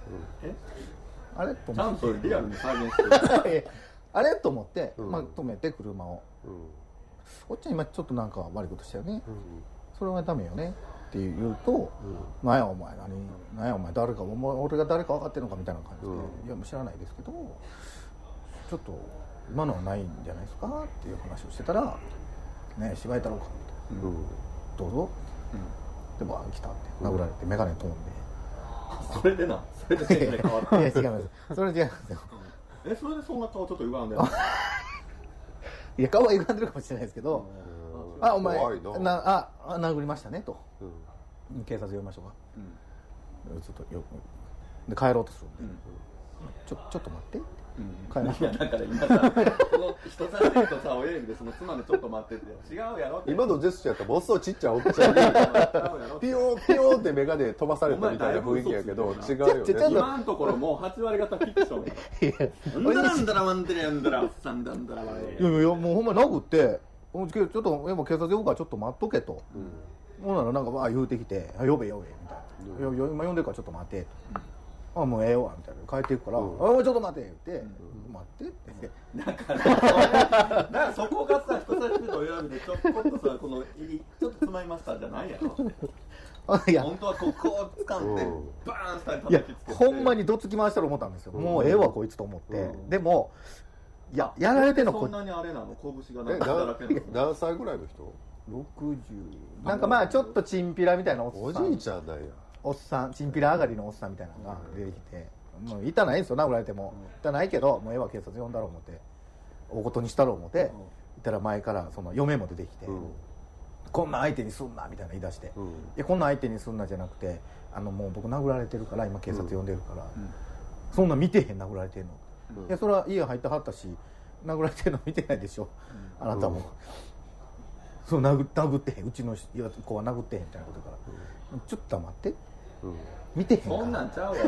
えあれとちゃん思ってとリアルに再現してるあれと思って、 うんまあ、止めて車を、 うんおっちゃん今ちょっとなんか悪いことしたよね、 うんそれはダメよねって言うと、うん、なんやお前何なんやお前誰かお前俺が誰か分かってるのかみたいな感じで、うん、いやもう知らないですけどちょっと今のはないんじゃないですかっていう話をしてたらね芝居太郎かみたいな、うん、どうぞ、うん、でバーン来たって殴られて眼鏡飛んで、 それでなそれでテンション変わったいや違いますそれ違いますよえそれでそんな顔ちょっと歪んでるいや顔は歪んでるかもしれないですけど、あお前なああ殴りましたねと、うん、警察呼びましょうか、うん、ちょっとよで帰ろうとするんで、うん、ちょちょっと待って、うん、帰ろういやだから今さその人さし指とさ親指でその妻でちょっと待ってって違うやろって今のジェスチャーやったらものすごいちっちゃいおっちゃんにピヨーピヨーって眼鏡飛ばされたみたいな雰囲気やけど違うよね今のところもうはち割方フィクションやんだらんだらワンテレやんだらおっさんだんだらワンいやいやもうほんま殴ってちょっとやっぱ警察呼ぶからちょっと待っとけと、うん、ほんならなんかわー言うてきて「呼べ呼べ」みたいな「うん、今呼んでるからちょっと待て」と「あもうええわ」みたいな帰っていくから「うん、あもうちょっと待て」言って、うん、待ってってだからだからそこがさ人差し指と親指でちょっとさこのちょっとつまみましたじゃないやろいや本当はここを掴んでバーンしたり叩きつけていやほんまにどつき回したら思ったんですよ、うん、もうええわこいつと思って、うん、でもいややられてんのそんなにあれなの拳がなんかだらけなの何歳ぐらいの人ろくじゅうなんかまあちょっとチンピラみたいなおっさんおじいちゃんなんやおっさんチンピラ上がりのおっさんみたいなのが出てきて、うん、もう痛ないんですよ殴られても、うん、痛ないけどもうええわ警察呼んだろう思って大事にしたろう思って、うん、いたら前からその嫁も出てきて、うん、こんな相手にすんなみたいな言い出して、うん、いやこんな相手にすんなじゃなくてあのもう僕殴られてるから今警察呼んでるから、うん、そんな見てへん殴られてんの、うん、いやそれは家入ってはったし殴られてるの見てないでしょ、うん、あなたも、うん、そう 殴, 殴ってへんうちの子は殴ってへんみたいなことから、うん、ちょっと待って、うん、見てへんからそんなんちゃうわ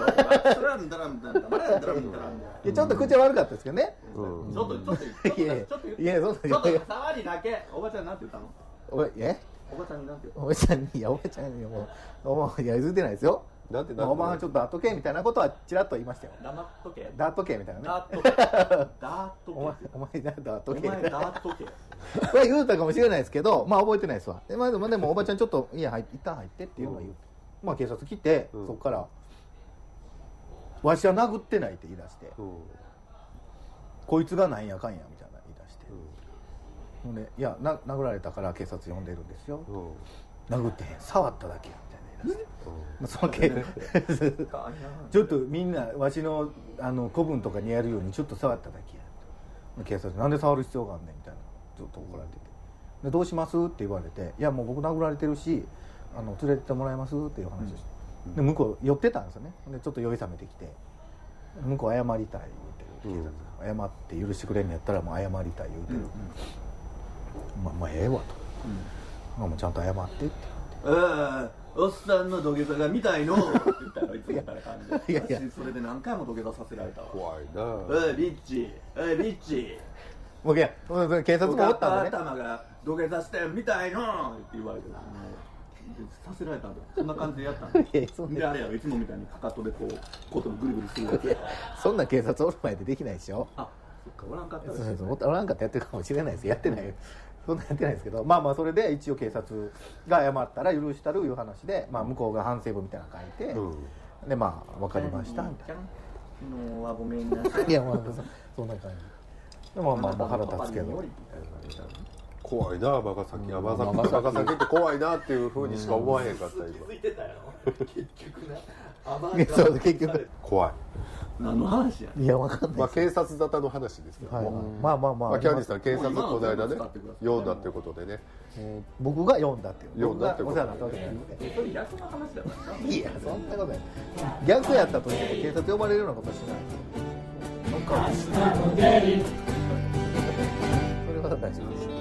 いやちょっと口は悪かったですけどね、 うん、ちょっとちょっとちょっとちょっといやそんなちょっと触りだけおばちゃんなんて言ったのおえおばちゃんになんて言ったのおばちゃんにいやおばちゃんにもうおばいや譲ってないですよなんてなんておばはちょっとダート系みたいなことはちらっと言いましたよ黙っとけダート系みたいなねダート系ダート系お前お前ダート系お前ダート系これ言うたかもしれないですけどまあ覚えてないですわで、まあ、でもでもおばちゃんちょっと家入って一旦入ってっていうのは言う、うん、まあ警察来て、うん、そこからわしは殴ってないって言い出して、うん、こいつがなんやかんやみたいな言い出して、うん、でいやな殴られたから警察呼んでるんですよ、うん、殴ってへん触っただけやみたいな言い出して、うん、その警ちょっとみんなわしのあの子分とかにやるようにちょっと触っただけや警察なんで触る必要があんねんみたいなずっと怒られててでどうしますって言われていやもう僕殴られてるしあの連れてってもらえますっていう話をして、うん、で向こう寄ってたんですよねでちょっと酔い冷めてきて向こう謝りたい言うてる警察、うん、謝って許してくれんのやったらもう謝りたい言うてる、うんうん、まあまあええわと、うん、まあもうちゃんと謝ってって言ってああおっさんの土下座が見たいのって言ったらいつもから感じでいやいやそれで何回も土下座させられたわ怖いなおいビッチおいビッチもういや警察もおったんでね頭が土下座してみたいのって言われてさせられたんだそんな感じでやったんだであれやいつもみたいにかかとでこうコートにグリグリするわけそんな警察おる前でできないでしょあそっかおらんかったそうそうそうおらんかったやってるかもしれないですやってないよそんなやってないですけどまあまあそれで一応警察が謝ったら許したるいう話で、まあ、向こうが反省文みたいなの書いて、うん、でまあ分かりましたみたいな昨日はごめんなさいいやまあそんな感じでもまあまあ腹立つけど怖いなバカ先バカ先バカ先って怖いなっていうふうにしか思わへんかった今気づいてたやろ結局なそう結局怖い何の話やいやわかんない、 まあ、警察沙汰の話ですけども、はい、 まあまあまあ、 まあ、キャンディーさん警察この間ね読んだっていうことでね、 えー、僕が読んだっていう読んだってことで、ね、 それ逆の話だからいやそんなことない逆やったとしても警察呼ばれるようなことはしないなんかそれは大丈夫です